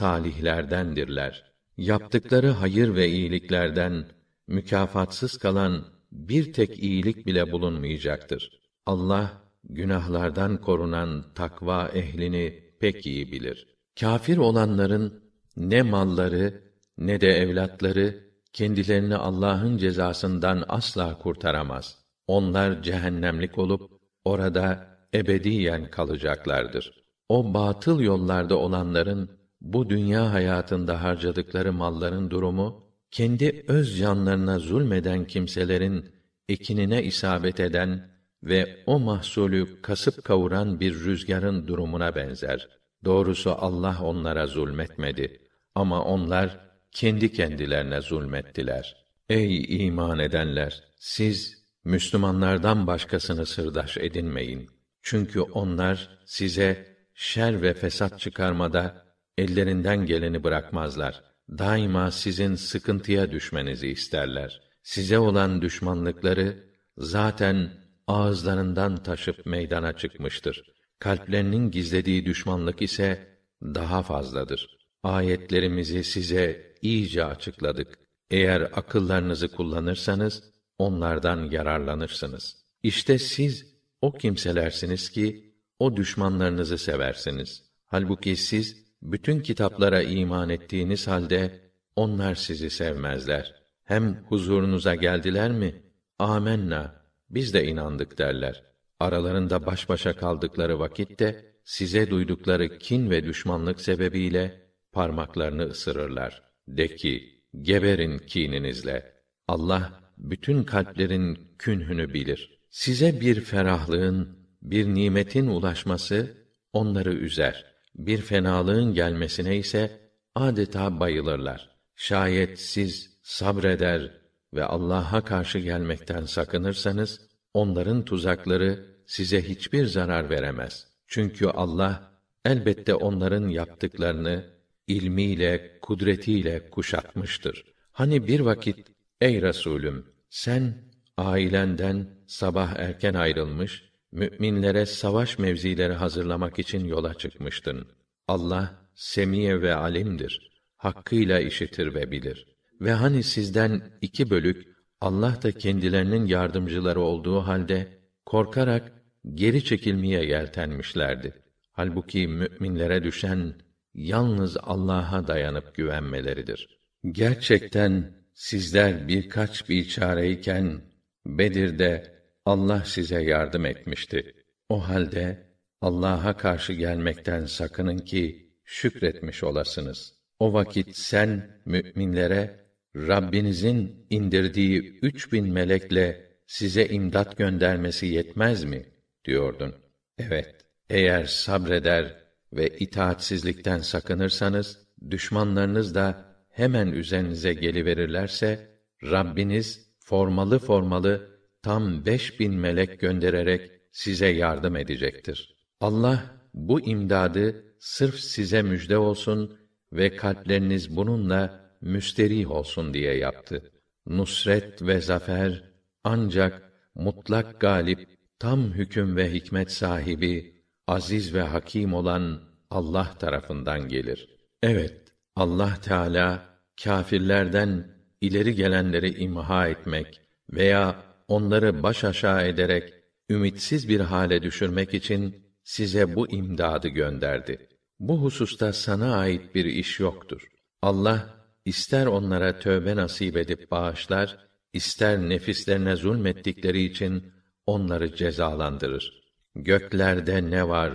salihlerdendirler. Yaptıkları hayır ve iyiliklerden mükafatsız kalan bir tek iyilik bile bulunmayacaktır. Allah günahlardan korunan takva ehlini pek iyi bilir. Kâfir olanların ne malları ne de evlatları kendilerini Allah'ın cezasından asla kurtaramaz. Onlar cehennemlik olup orada ebediyen kalacaklardır. O batıl yollarda olanların bu dünya hayatında harcadıkları malların durumu, kendi öz canlarına zulmeden kimselerin ekinine isabet eden ve o mahsulü kasıp kavuran bir rüzgarın durumuna benzer. Doğrusu Allah onlara zulmetmedi ama onlar kendi kendilerine zulmettiler. Ey iman edenler! Siz Müslümanlardan başkasını sırdaş edinmeyin. Çünkü onlar size şer ve fesat çıkarmada ellerinden geleni bırakmazlar. Daima sizin sıkıntıya düşmenizi isterler. Size olan düşmanlıkları zaten ağızlarından taşıp meydana çıkmıştır. Kalplerinin gizlediği düşmanlık ise daha fazladır. Ayetlerimizi size iyice açıkladık. Eğer akıllarınızı kullanırsanız onlardan yararlanırsınız. İşte siz o kimselersiniz ki o düşmanlarınızı seversiniz. Halbuki siz bütün kitaplara iman ettiğiniz halde onlar sizi sevmezler. Hem huzurunuza geldiler mi? Âmennâ, biz de inandık derler. Aralarında baş başa kaldıkları vakitte size duydukları kin ve düşmanlık sebebiyle parmaklarını ısırırlar. De ki, geberin kininizle. Allah bütün kalplerin künhünü bilir. Size bir ferahlığın, bir nimetin ulaşması onları üzer. Bir fenalığın gelmesine ise adeta bayılırlar. Şayet siz sabreder ve Allah'a karşı gelmekten sakınırsanız, onların tuzakları size hiçbir zarar veremez. Çünkü Allah elbette onların yaptıklarını ilmiyle, kudretiyle kuşatmıştır. Hani bir vakit, ey Resulüm, sen ailenden sabah erken ayrılmış, müminlere savaş mevzileri hazırlamak için yola çıkmıştın. Allah semiye ve alimdir. Hakkıyla işitir ve bilir. Ve hani sizden 2 bölük, Allah da kendilerinin yardımcıları olduğu halde korkarak geri çekilmeye yeltenmişlerdi. Halbuki müminlere düşen yalnız Allah'a dayanıp güvenmeleridir. Gerçekten sizler birkaç biçareyken Bedir'de Allah size yardım etmişti. O halde Allah'a karşı gelmekten sakının ki şükretmiş olasınız. O vakit sen müminlere Rabbinizin indirdiği 3000 melekle size imdat göndermesi yetmez mi diyordun. Evet, eğer sabreder ve itaatsizlikten sakınırsanız, düşmanlarınız da hemen üzerinize geliverirlerse, Rabbiniz formalı tam 5000 melek göndererek size yardım edecektir. Allah bu imdadı sırf size müjde olsun ve kalpleriniz bununla müsterih olsun diye yaptı. Nusret ve zafer ancak mutlak galip, tam hüküm ve hikmet sahibi, aziz ve hakîm olan Allah tarafından gelir. Evet, Allah Teâlâ kâfirlerden ileri gelenleri imha etmek veya onları baş aşağı ederek ümitsiz bir hale düşürmek için size bu imdadı gönderdi. Bu hususta sana ait bir iş yoktur. Allah ister onlara tövbe nasip edip bağışlar, ister nefislerine zulmettikleri için onları cezalandırır. Göklerde ne var,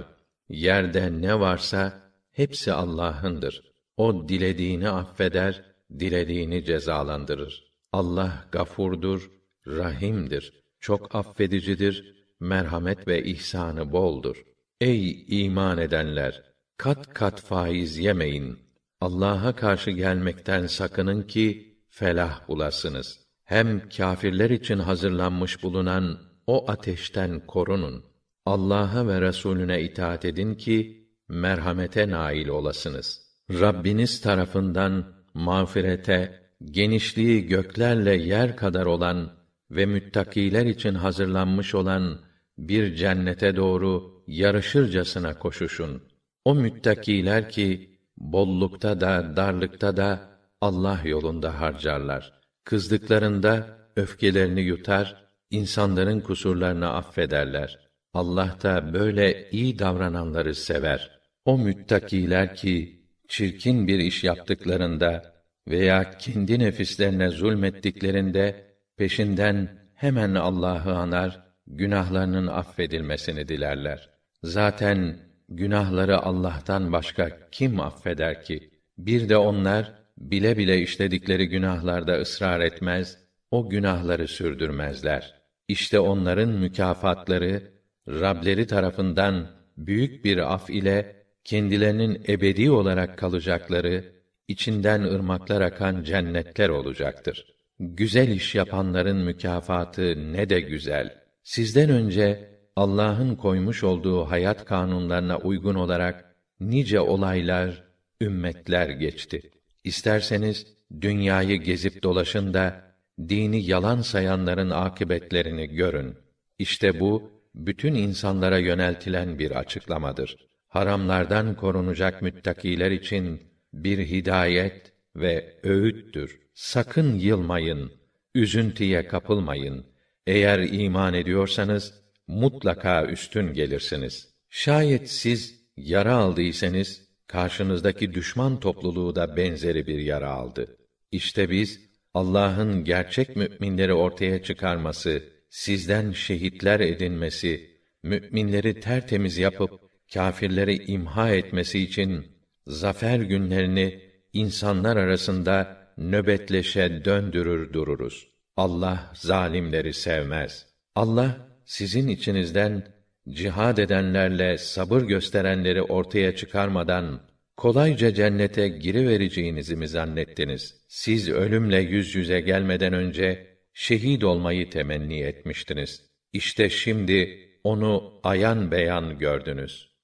yerde ne varsa hepsi Allah'ındır. O dilediğini affeder, dilediğini cezalandırır. Allah gafurdur, rahimdir. Çok affedicidir, merhamet ve ihsanı boldur. Ey iman edenler! Kat kat faiz yemeyin. Allah'a karşı gelmekten sakının ki felah bulasınız. Hem kâfirler için hazırlanmış bulunan o ateşten korunun. Allah'a ve Resulüne itaat edin ki merhamete nail olasınız. Rabbiniz tarafından mağfirete, genişliği göklerle yer kadar olan ve müttakiler için hazırlanmış olan bir cennete doğru yarışırcasına koşuşun. O müttakiler ki bollukta da darlıkta da Allah yolunda harcarlar. Kızdıklarında öfkelerini yutar, insanların kusurlarını affederler. Allah da böyle iyi davrananları sever. O müttakiler ki çirkin bir iş yaptıklarında veya kendi nefislerine zulmettiklerinde peşinden hemen Allah'ı anar, günahlarının affedilmesini dilerler. Zaten günahları Allah'tan başka kim affeder ki? Bir de onlar bile bile işledikleri günahlarda ısrar etmez, o günahları sürdürmezler. İşte onların mükafatları Rableri tarafından büyük bir af ile kendilerinin ebedi olarak kalacakları, içinden ırmaklar akan cennetler olacaktır. Güzel iş yapanların mükafatı ne de güzel. Sizden önce Allah'ın koymuş olduğu hayat kanunlarına uygun olarak nice olaylar, ümmetler geçti. İsterseniz dünyayı gezip dolaşın da dini yalan sayanların akıbetlerini görün. İşte bu bütün insanlara yöneltilen bir açıklamadır. Haramlardan korunacak müttakiler için bir hidayet ve öğüttür. Sakın yılmayın, üzüntüye kapılmayın. Eğer iman ediyorsanız mutlaka üstün gelirsiniz. Şayet siz yara aldıysanız karşınızdaki düşman topluluğu da benzeri bir yara aldı. İşte biz Allah'ın gerçek müminleri ortaya çıkarması, sizden şehitler edinmesi, müminleri tertemiz yapıp kâfirleri imha etmesi için zafer günlerini insanlar arasında nöbetleşe döndürür dururuz. Allah zalimleri sevmez. Allah sizin içinizden cihad edenlerle sabır gösterenleri ortaya çıkarmadan kolayca cennete girivereceğinizi mi zannettiniz? Siz ölümle yüz yüze gelmeden önce şehit olmayı temenni etmiştiniz. İşte şimdi onu ayan beyan gördünüz.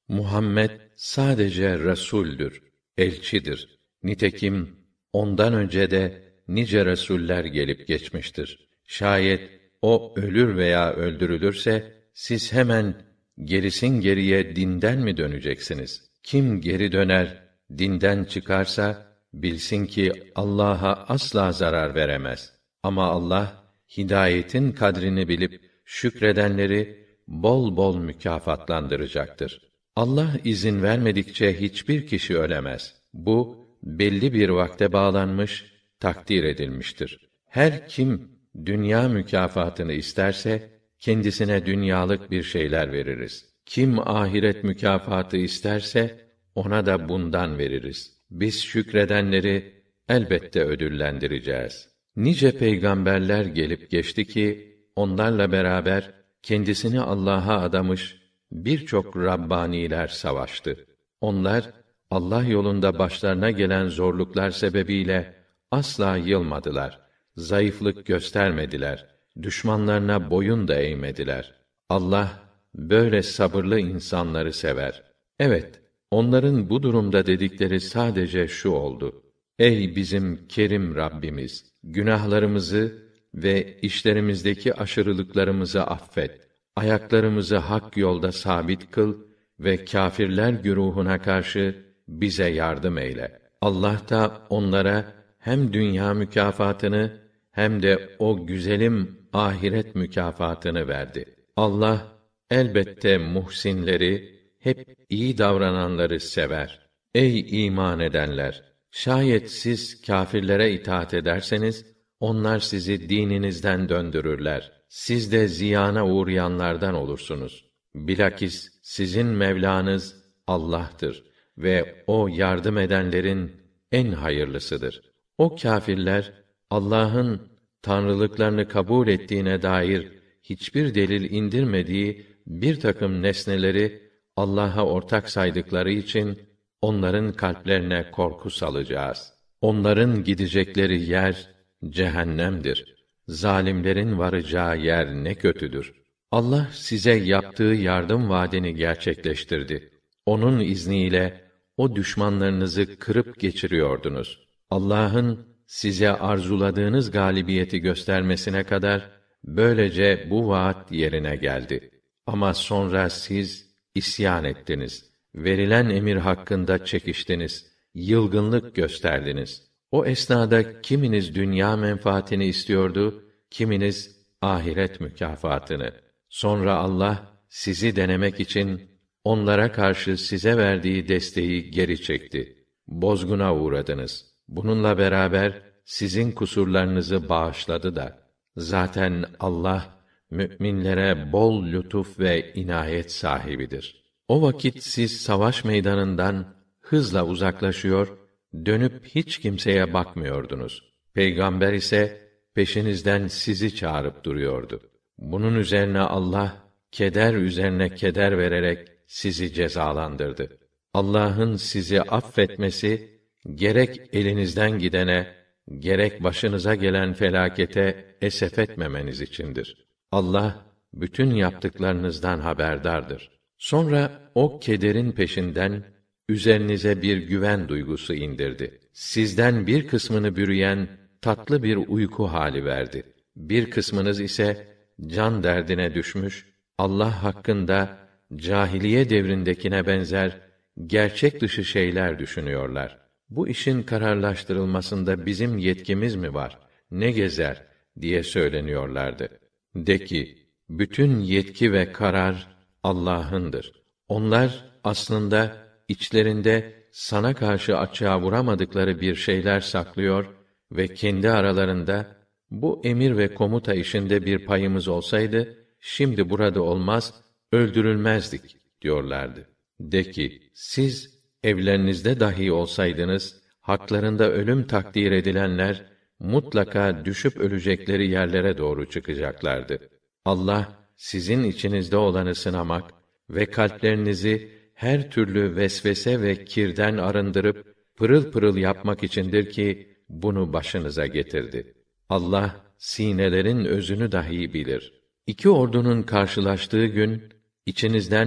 Muhammed sadece Resul'dür, elçidir. Nitekim ondan önce de nice resuller gelip geçmiştir. Şayet o ölür veya öldürülürse siz hemen gerisin geriye dinden mi döneceksiniz? Kim geri döner, dinden çıkarsa bilsin ki Allah'a asla zarar veremez. Ama Allah hidayetin kadrini bilip şükredenleri bol bol mükafatlandıracaktır. Allah izin vermedikçe hiçbir kişi ölemez. Bu belli bir vakte bağlanmış, takdir edilmiştir. Her kim dünya mükafatını isterse kendisine dünyalık bir şeyler veririz. Kim ahiret mükafatı isterse ona da bundan veririz. Biz şükredenleri elbette ödüllendireceğiz. Nice peygamberler gelip geçti ki onlarla beraber kendisini Allah'a adamış birçok Rabbaniler savaştı. Onlar Allah yolunda başlarına gelen zorluklar sebebiyle asla yılmadılar. Zayıflık göstermediler. Düşmanlarına boyun da eğmediler. Allah böyle sabırlı insanları sever. Evet, onların bu durumda dedikleri sadece şu oldu: Ey bizim kerim Rabbimiz, günahlarımızı ve işlerimizdeki aşırılıklarımızı affet. Ayaklarımızı hak yolda sabit kıl ve kâfirler güruhuna karşı bize yardım eyle. Allah da onlara hem dünya mükafatını hem de o güzelim ahiret mükafatını verdi. Allah elbette muhsinleri, hep iyi davrananları sever. Ey iman edenler! Şayet siz kâfirlere itaat ederseniz, onlar sizi dininizden döndürürler. Siz de ziyana uğrayanlardan olursunuz. Bilakis sizin Mevlanız Allah'tır ve o yardım edenlerin en hayırlısıdır. O kâfirler Allah'ın tanrılıklarını kabul ettiğine dair hiçbir delil indirmediği bir takım nesneleri Allah'a ortak saydıkları için onların kalplerine korku salacağız. Onların gidecekleri yer cehennemdir. Zalimlerin varacağı yer ne kötüdür. Allah size yaptığı yardım vaadini gerçekleştirdi. Onun izniyle o düşmanlarınızı kırıp geçiriyordunuz. Allah'ın size arzuladığınız galibiyeti göstermesine kadar böylece bu vaat yerine geldi. Ama sonra siz isyan ettiniz. Verilen emir hakkında çekiştiniz. Yılgınlık gösterdiniz. O esnada kiminiz dünya menfaatini istiyordu, kiminiz ahiret mükafatını. Sonra Allah sizi denemek için onlara karşı size verdiği desteği geri çekti. Bozguna uğradınız. Bununla beraber sizin kusurlarınızı bağışladı da. Zaten Allah müminlere bol lütuf ve inayet sahibidir. O vakit siz savaş meydanından hızla uzaklaşıyor, dönüp hiç kimseye bakmıyordunuz. Peygamber ise peşinizden sizi çağırıp duruyordu. Bunun üzerine Allah keder üzerine keder vererek sizi cezalandırdı. Allah'ın sizi affetmesi gerek elinizden gidene, gerek başınıza gelen felakete esef etmemeniz içindir. Allah bütün yaptıklarınızdan haberdardır. Sonra o kederin peşinden üzerinize bir güven duygusu indirdi. Sizden bir kısmını bürüyen tatlı bir uyku hali verdi. Bir kısmınız ise can derdine düşmüş, Allah hakkında cahiliye devrindekine benzer gerçek dışı şeyler düşünüyorlar. Bu işin kararlaştırılmasında bizim yetkimiz mi var? Ne gezer diye söyleniyorlardı. De ki, bütün yetki ve karar Allah'ındır. Onlar aslında içlerinde sana karşı açığa vuramadıkları bir şeyler saklıyor ve kendi aralarında bu emir ve komuta işinde bir payımız olsaydı şimdi burada olmaz, öldürülmezdik diyorlardı. De ki, siz evlerinizde dahi olsaydınız, haklarında ölüm takdir edilenler mutlaka düşüp ölecekleri yerlere doğru çıkacaklardı. Allah sizin içinizde olanı sınamak ve kalplerinizi her türlü vesvese ve kirden arındırıp pırıl pırıl yapmak içindir ki bunu başınıza getirdi. Allah sinelerin özünü dahi bilir. İki ordunun karşılaştığı gün içinizden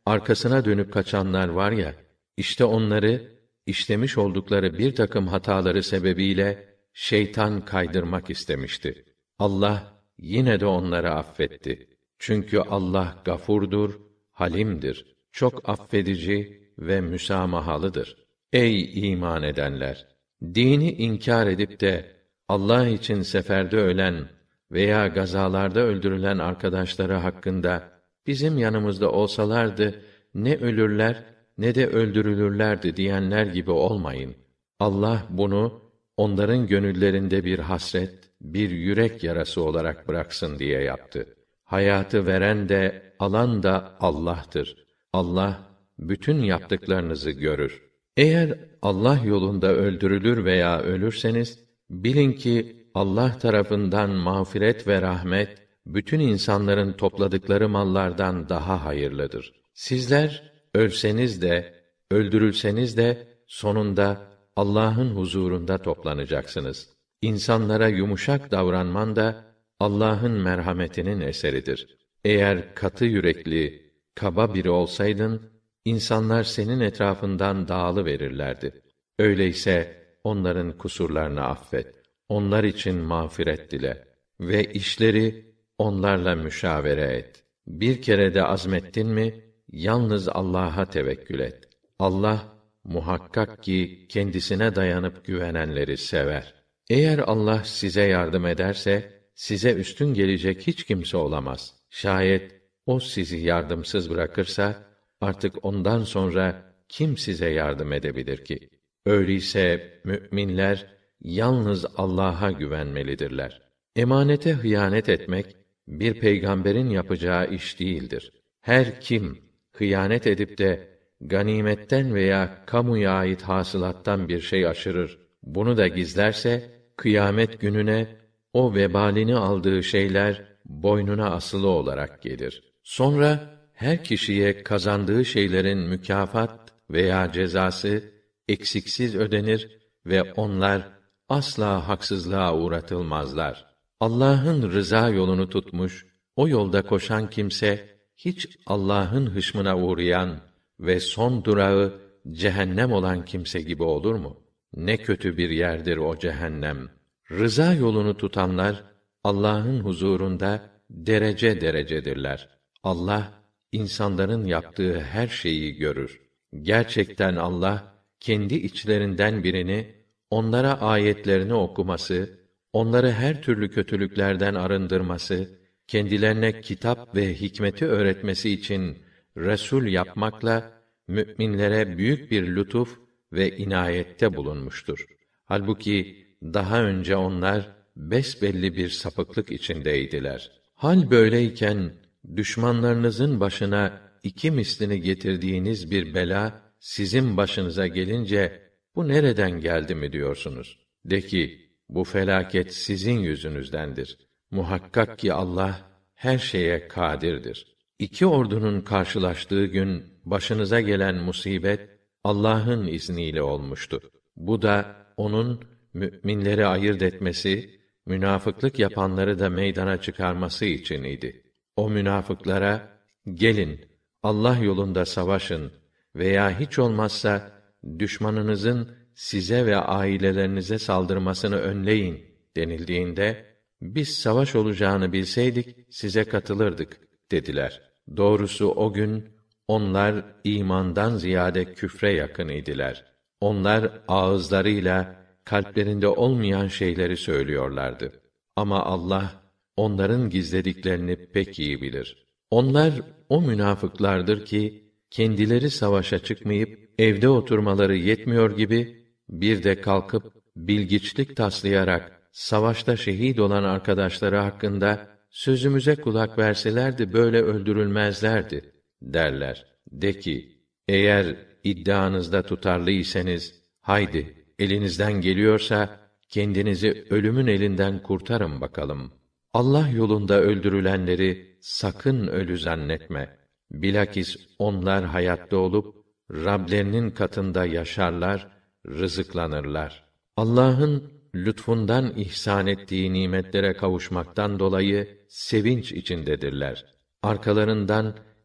arkasına dönüp kaçanlar var ya, işte onları, işlemiş oldukları bir takım hataları sebebiyle şeytan kaydırmak istemişti. Allah yine de onları affetti. Çünkü Allah gafurdur, halimdir, çok affedici ve müsamahalıdır. Ey iman edenler! Dini inkar edip de Allah için seferde ölen veya gazalarda öldürülen arkadaşları hakkında bizim yanımızda olsalardı ne ölürler ne de öldürülürlerdi diyenler gibi olmayın. Allah bunu onların gönüllerinde bir hasret, bir yürek yarası olarak bıraksın diye yaptı. Hayatı veren de alan da Allah'tır. Allah bütün yaptıklarınızı görür. Eğer Allah yolunda öldürülür veya ölürseniz, bilin ki Allah tarafından mağfiret ve rahmet, bütün insanların topladıkları mallardan daha hayırlıdır. Sizler, ölseniz de, öldürülseniz de, sonunda Allah'ın huzurunda toplanacaksınız. İnsanlara yumuşak davranman da, Allah'ın merhametinin eseridir. Eğer katı yürekli, kaba biri olsaydın, İnsanlar senin etrafından dağılıverirlerdi. Öyleyse onların kusurlarını affet. Onlar için mağfiret dile ve işleri onlarla müşavere et. Bir kere de azmettin mi yalnız Allah'a tevekkül et. Allah muhakkak ki kendisine dayanıp güvenenleri sever. Eğer Allah size yardım ederse size üstün gelecek hiç kimse olamaz. Şayet o sizi yardımsız bırakırsa artık ondan sonra kim size yardım edebilir ki? Öyleyse müminler yalnız Allah'a güvenmelidirler. Emanete hıyanet etmek bir peygamberin yapacağı iş değildir. Her kim hıyanet edip de ganimetten veya kamuya ait hasılattan bir şey aşırır, bunu da gizlerse kıyamet gününe o vebalini aldığı şeyler boynuna asılı olarak gelir. Sonra her kişiye kazandığı şeylerin mükafat veya cezası eksiksiz ödenir ve onlar asla haksızlığa uğratılmazlar. Allah'ın rıza yolunu tutmuş, o yolda koşan kimse hiç Allah'ın hışmına uğrayan ve son durağı cehennem olan kimse gibi olur mu? Ne kötü bir yerdir o cehennem. Rıza yolunu tutanlar Allah'ın huzurunda derece derecedirler. Allah insanların yaptığı her şeyi görür. Gerçekten Allah kendi içlerinden birini onlara ayetlerini okuması, onları her türlü kötülüklerden arındırması, kendilerine kitap ve hikmeti öğretmesi için resul yapmakla müminlere büyük bir lütuf ve inayette bulunmuştur. Halbuki daha önce onlar besbelli bir sapıklık içindeydiler. Hal böyleyken düşmanlarınızın başına iki mislini getirdiğiniz bir bela sizin başınıza gelince bu nereden geldi mi diyorsunuz? De ki bu felaket sizin yüzünüzdendir. Muhakkak ki Allah her şeye kadirdir. İki ordunun karşılaştığı gün başınıza gelen musibet Allah'ın izniyle olmuştu. Bu da onun müminleri ayırt etmesi, münafıklık yapanları da meydana çıkarması için idi. O münafıklara, gelin, Allah yolunda savaşın veya hiç olmazsa düşmanınızın size ve ailelerinize saldırmasını önleyin denildiğinde, biz savaş olacağını bilseydik size katılırdık dediler. Doğrusu o gün onlar imandan ziyade küfre yakın idiler. Onlar ağızlarıyla kalplerinde olmayan şeyleri söylüyorlardı. Ama Allah onların gizlediklerini pek iyi bilir. Onlar o münafıklardır ki kendileri savaşa çıkmayıp evde oturmaları yetmiyor gibi bir de kalkıp bilgiçlik taslayarak savaşta şehit olan arkadaşları hakkında sözümüze kulak verselerdi böyle öldürülmezlerdi derler. De ki eğer iddianızda tutarlıysanız haydi elinizden geliyorsa kendinizi ölümün elinden kurtarın bakalım. Allah yolunda öldürülenleri sakın ölü zannetme. Bilakis onlar hayatta olup Rablerinin katında yaşarlar, rızıklanırlar. Allah'ın lütfundan ihsan ettiği nimetlere kavuşmaktan dolayı sevinç içindedirler. Arkalarından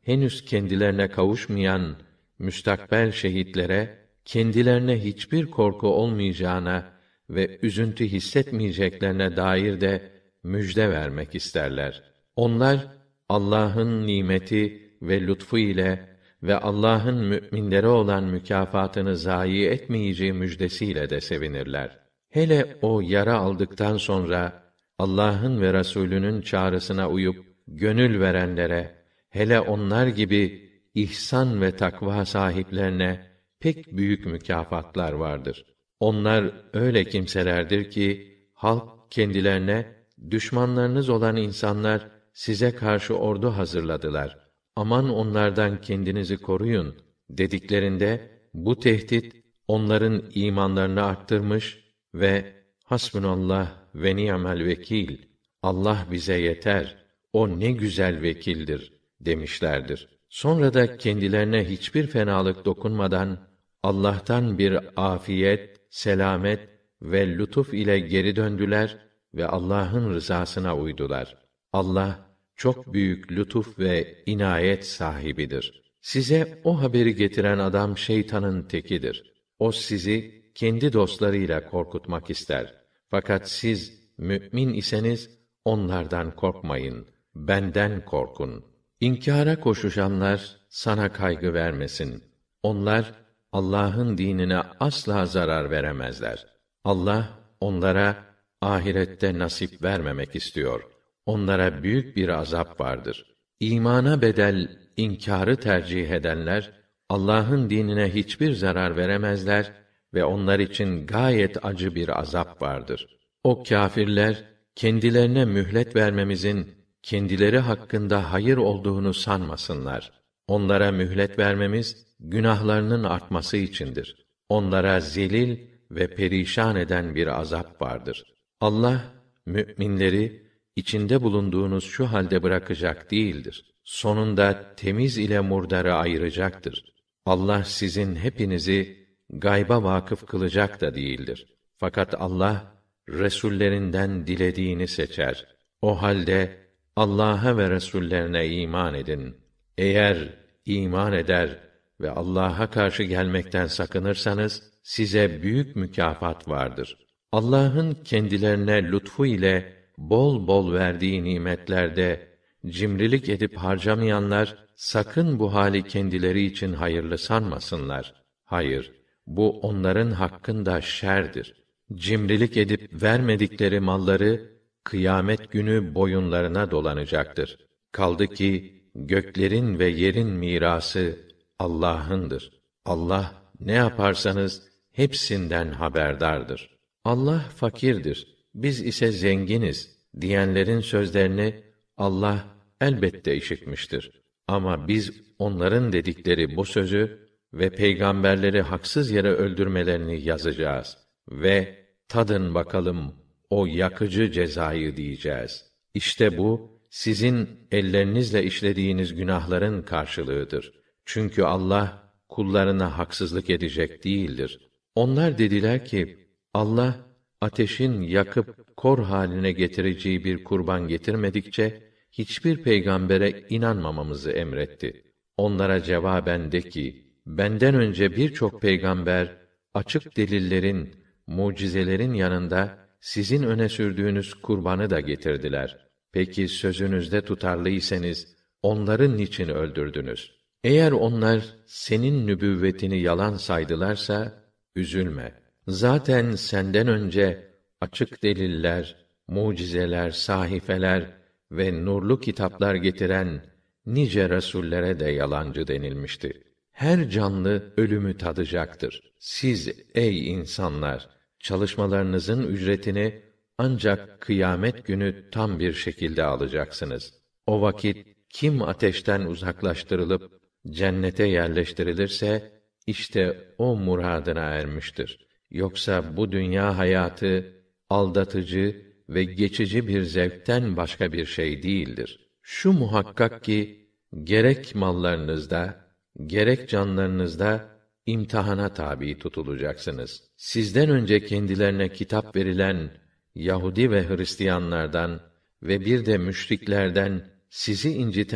henüz kendilerine kavuşmayan müstakbel şehitlere kendilerine hiçbir korku olmayacağına ve üzüntü hissetmeyeceklerine dair de müjde vermek isterler. Onlar Allah'ın nimeti ve lütfu ile ve Allah'ın müminlere olan mükafatını zayi etmeyeceği müjdesiyle de sevinirler. Hele o yara aldıktan sonra Allah'ın ve Resulünün çağrısına uyup gönül verenlere, hele onlar gibi ihsan ve takva sahiplerine pek büyük mükafatlar vardır. Onlar öyle kimselerdir ki halk kendilerine düşmanlarınız olan insanlar size karşı ordu hazırladılar. Aman onlardan kendinizi koruyun dediklerinde bu tehdit onların imanlarını arttırmış ve hasbunallah ve ni'mel vekil, Allah bize yeter, o ne güzel vekildir demişlerdir. Sonra da kendilerine hiçbir fenalık dokunmadan Allah'tan bir afiyet, selamet ve lütuf ile geri döndüler ve Allah'ın rızasına uydular. Allah çok büyük lütuf ve inayet sahibidir. Size o haberi getiren adam şeytanın tekidir. O sizi kendi dostlarıyla korkutmak ister. Fakat siz mümin iseniz onlardan korkmayın. Benden korkun. İnkâra koşuşanlar sana kaygı vermesin. Onlar Allah'ın dinine asla zarar veremezler. Allah onlara ahirette nasip vermemek istiyor. Onlara büyük bir azap vardır. İmana bedel inkârı tercih edenler Allah'ın dinine hiçbir zarar veremezler ve onlar için gayet acı bir azap vardır. O kâfirler kendilerine mühlet vermemizin kendileri hakkında hayır olduğunu sanmasınlar. Onlara mühlet vermemiz günahlarının artması içindir. Onlara zelil ve perişan eden bir azap vardır. Allah müminleri içinde bulunduğunuz şu halde bırakacak değildir. Sonunda temiz ile murdarı ayıracaktır. Allah sizin hepinizi gayba vakıf kılacak da değildir. Fakat Allah resullerinden dilediğini seçer. O halde Allah'a ve resullerine iman edin. Eğer iman eder ve Allah'a karşı gelmekten sakınırsanız size büyük mükafat vardır. Allah'ın kendilerine lütfu ile bol bol verdiği nimetlerde cimrilik edip harcamayanlar sakın bu hali kendileri için hayırlı sanmasınlar. Hayır, bu onların hakkında şerdir. Cimrilik edip vermedikleri malları kıyamet günü boyunlarına dolanacaktır. Kaldı ki göklerin ve yerin mirası Allah'ındır. Allah ne yaparsanız hepsinden haberdardır. Allah fakirdir, biz ise zenginiz diyenlerin sözlerini Allah elbette işitmiştir. Ama biz onların dedikleri bu sözü ve peygamberleri haksız yere öldürmelerini yazacağız ve tadın bakalım o yakıcı cezayı diyeceğiz. İşte bu sizin ellerinizle işlediğiniz günahların karşılığıdır. Çünkü Allah kullarına haksızlık edecek değildir. Onlar dediler ki Allah ateşin yakıp kor haline getireceği bir kurban getirmedikçe hiçbir peygambere inanmamamızı emretti. Onlara cevaben de ki benden önce birçok peygamber açık delillerin, mucizelerin yanında sizin öne sürdüğünüz kurbanı da getirdiler. Peki sözünüzde tutarlıysanız onları niçin öldürdünüz? Eğer onlar senin nübüvvetini yalan saydılarsa üzülme. Zaten senden önce açık deliller, mucizeler, sahifeler ve nurlu kitaplar getiren nice rasullere de yalancı denilmişti. Her canlı ölümü tadacaktır. Siz ey insanlar, çalışmalarınızın ücretini ancak kıyamet günü tam bir şekilde alacaksınız. O vakit kim ateşten uzaklaştırılıp cennete yerleştirilirse işte o muradına ermiştir. Yoksa bu dünya hayatı aldatıcı ve geçici bir zevkten başka bir şey değildir. Şu muhakkak ki gerek mallarınızda gerek canlarınızda imtihana tabi tutulacaksınız. Sizden önce kendilerine kitap verilen Yahudi ve Hristiyanlardan ve bir de müşriklerden sizi inciten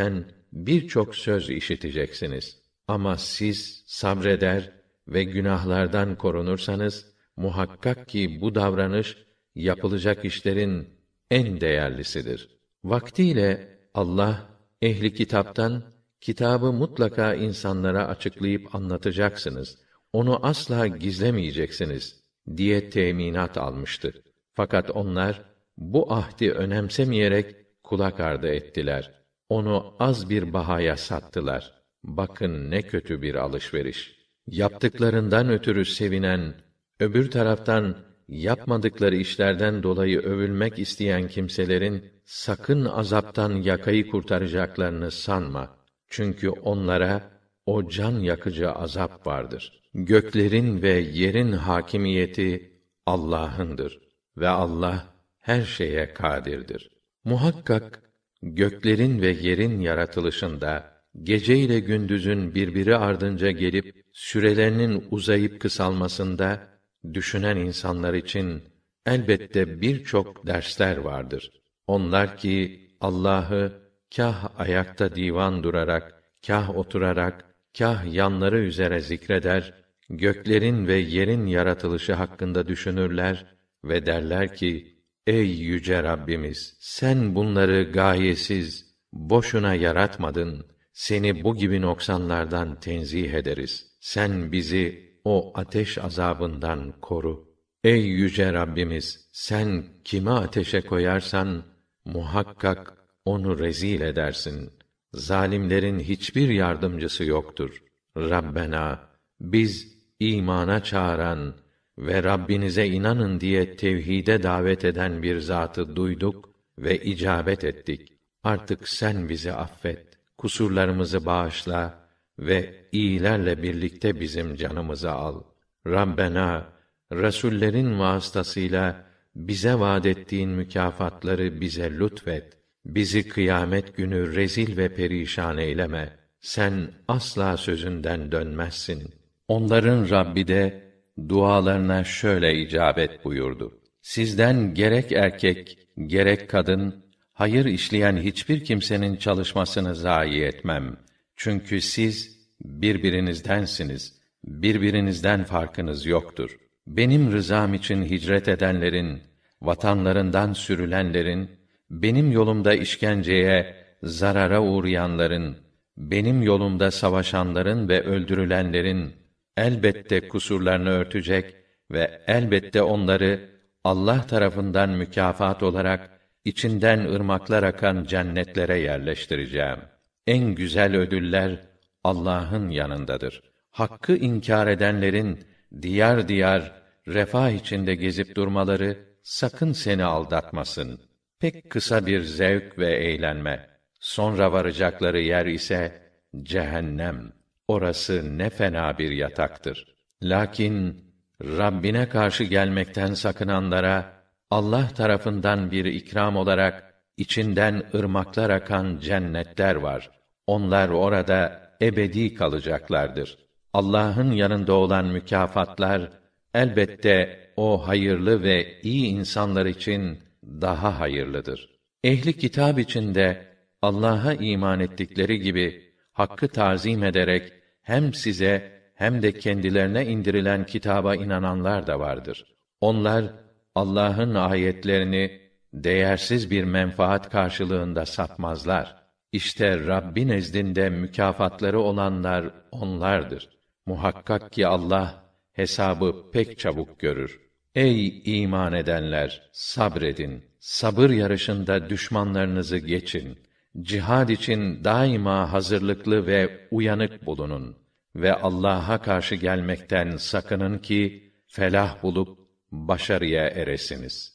birçok söz işiteceksiniz. Ama siz sabreder ve günahlardan korunursanız, muhakkak ki bu davranış, yapılacak işlerin en değerlisidir. Vaktiyle Allah, ehli kitaptan, kitabı mutlaka insanlara açıklayıp anlatacaksınız, onu asla gizlemeyeceksiniz diye teminat almıştı. Fakat onlar, bu ahdi önemsemeyerek kulak ardı ettiler. Onu az bir bahaya sattılar. Bakın ne kötü bir alışveriş. Yaptıklarından ötürü sevinen, öbür taraftan yapmadıkları işlerden dolayı övülmek isteyen kimselerin sakın azaptan yakayı kurtaracaklarını sanma. Çünkü onlara o can yakıcı azap vardır. Göklerin ve yerin hakimiyeti Allah'ındır ve Allah her şeye kadirdir. Muhakkak göklerin ve yerin yaratılışında, gece ile gündüzün birbiri ardınca gelip sürelerinin uzayıp kısalmasında düşünen insanlar için elbette birçok dersler vardır. Onlar ki Allah'ı kâh ayakta divan durarak, kâh oturarak, kâh yanları üzere zikreder, göklerin ve yerin yaratılışı hakkında düşünürler ve derler ki: Ey yüce Rabbimiz, sen bunları gayesiz, boşuna yaratmadın. Seni bu gibi noksanlardan tenzih ederiz. Sen bizi o ateş azabından koru. Ey yüce Rabbimiz, sen kimi ateşe koyarsan muhakkak onu rezil edersin. Zalimlerin hiçbir yardımcısı yoktur. Rabbena, biz imana çağıran ve Rabbinize inanın diye tevhide davet eden bir zatı duyduk ve icabet ettik. Artık sen bizi affet, kusurlarımızı bağışla ve iyilerle birlikte bizim canımızı al. Rabbena, Resullerin vasıtasıyla bize vaad ettiğin mükafatları bize lütfet. Bizi kıyamet günü rezil ve perişan eyleme. Sen asla sözünden dönmezsin. Onların Rabbi de dualarına şöyle icabet buyurdu: Sizden gerek erkek, gerek kadın, hayır işleyen hiçbir kimsenin çalışmasını zayi etmem. Çünkü siz birbirinizdensiniz. Birbirinizden farkınız yoktur. Benim rızam için hicret edenlerin, vatanlarından sürülenlerin, benim yolumda işkenceye, zarara uğrayanların, benim yolumda savaşanların ve öldürülenlerin elbette kusurlarını örtecek ve elbette onları Allah tarafından mükafat olarak içinden ırmaklar akan cennetlere yerleştireceğim. En güzel ödüller Allah'ın yanındadır. Hakkı inkar edenlerin diyar diyar refah içinde gezip durmaları sakın seni aldatmasın. Pek kısa bir zevk ve eğlenme. Sonra varacakları yer ise cehennem. Orası ne fena bir yataktır. Lakin Rabbine karşı gelmekten sakınanlara Allah tarafından bir ikram olarak içinden ırmaklar akan cennetler var. Onlar orada ebedi kalacaklardır. Allah'ın yanında olan mükafatlar elbette o hayırlı ve iyi insanlar için daha hayırlıdır. Ehli kitap içinde Allah'a iman ettikleri gibi hakkı tazim ederek hem size hem de kendilerine indirilen kitaba inananlar da vardır. Onlar Allah'ın ayetlerini değersiz bir menfaat karşılığında satmazlar. İşte Rabbi nezdinde mükafatları olanlar onlardır. Muhakkak ki Allah hesabı pek çabuk görür. Ey iman edenler, sabredin. Sabır yarışında düşmanlarınızı geçin. Cihad için daima hazırlıklı ve uyanık bulunun ve Allah'a karşı gelmekten sakının ki felah bulup başarıya eresiniz.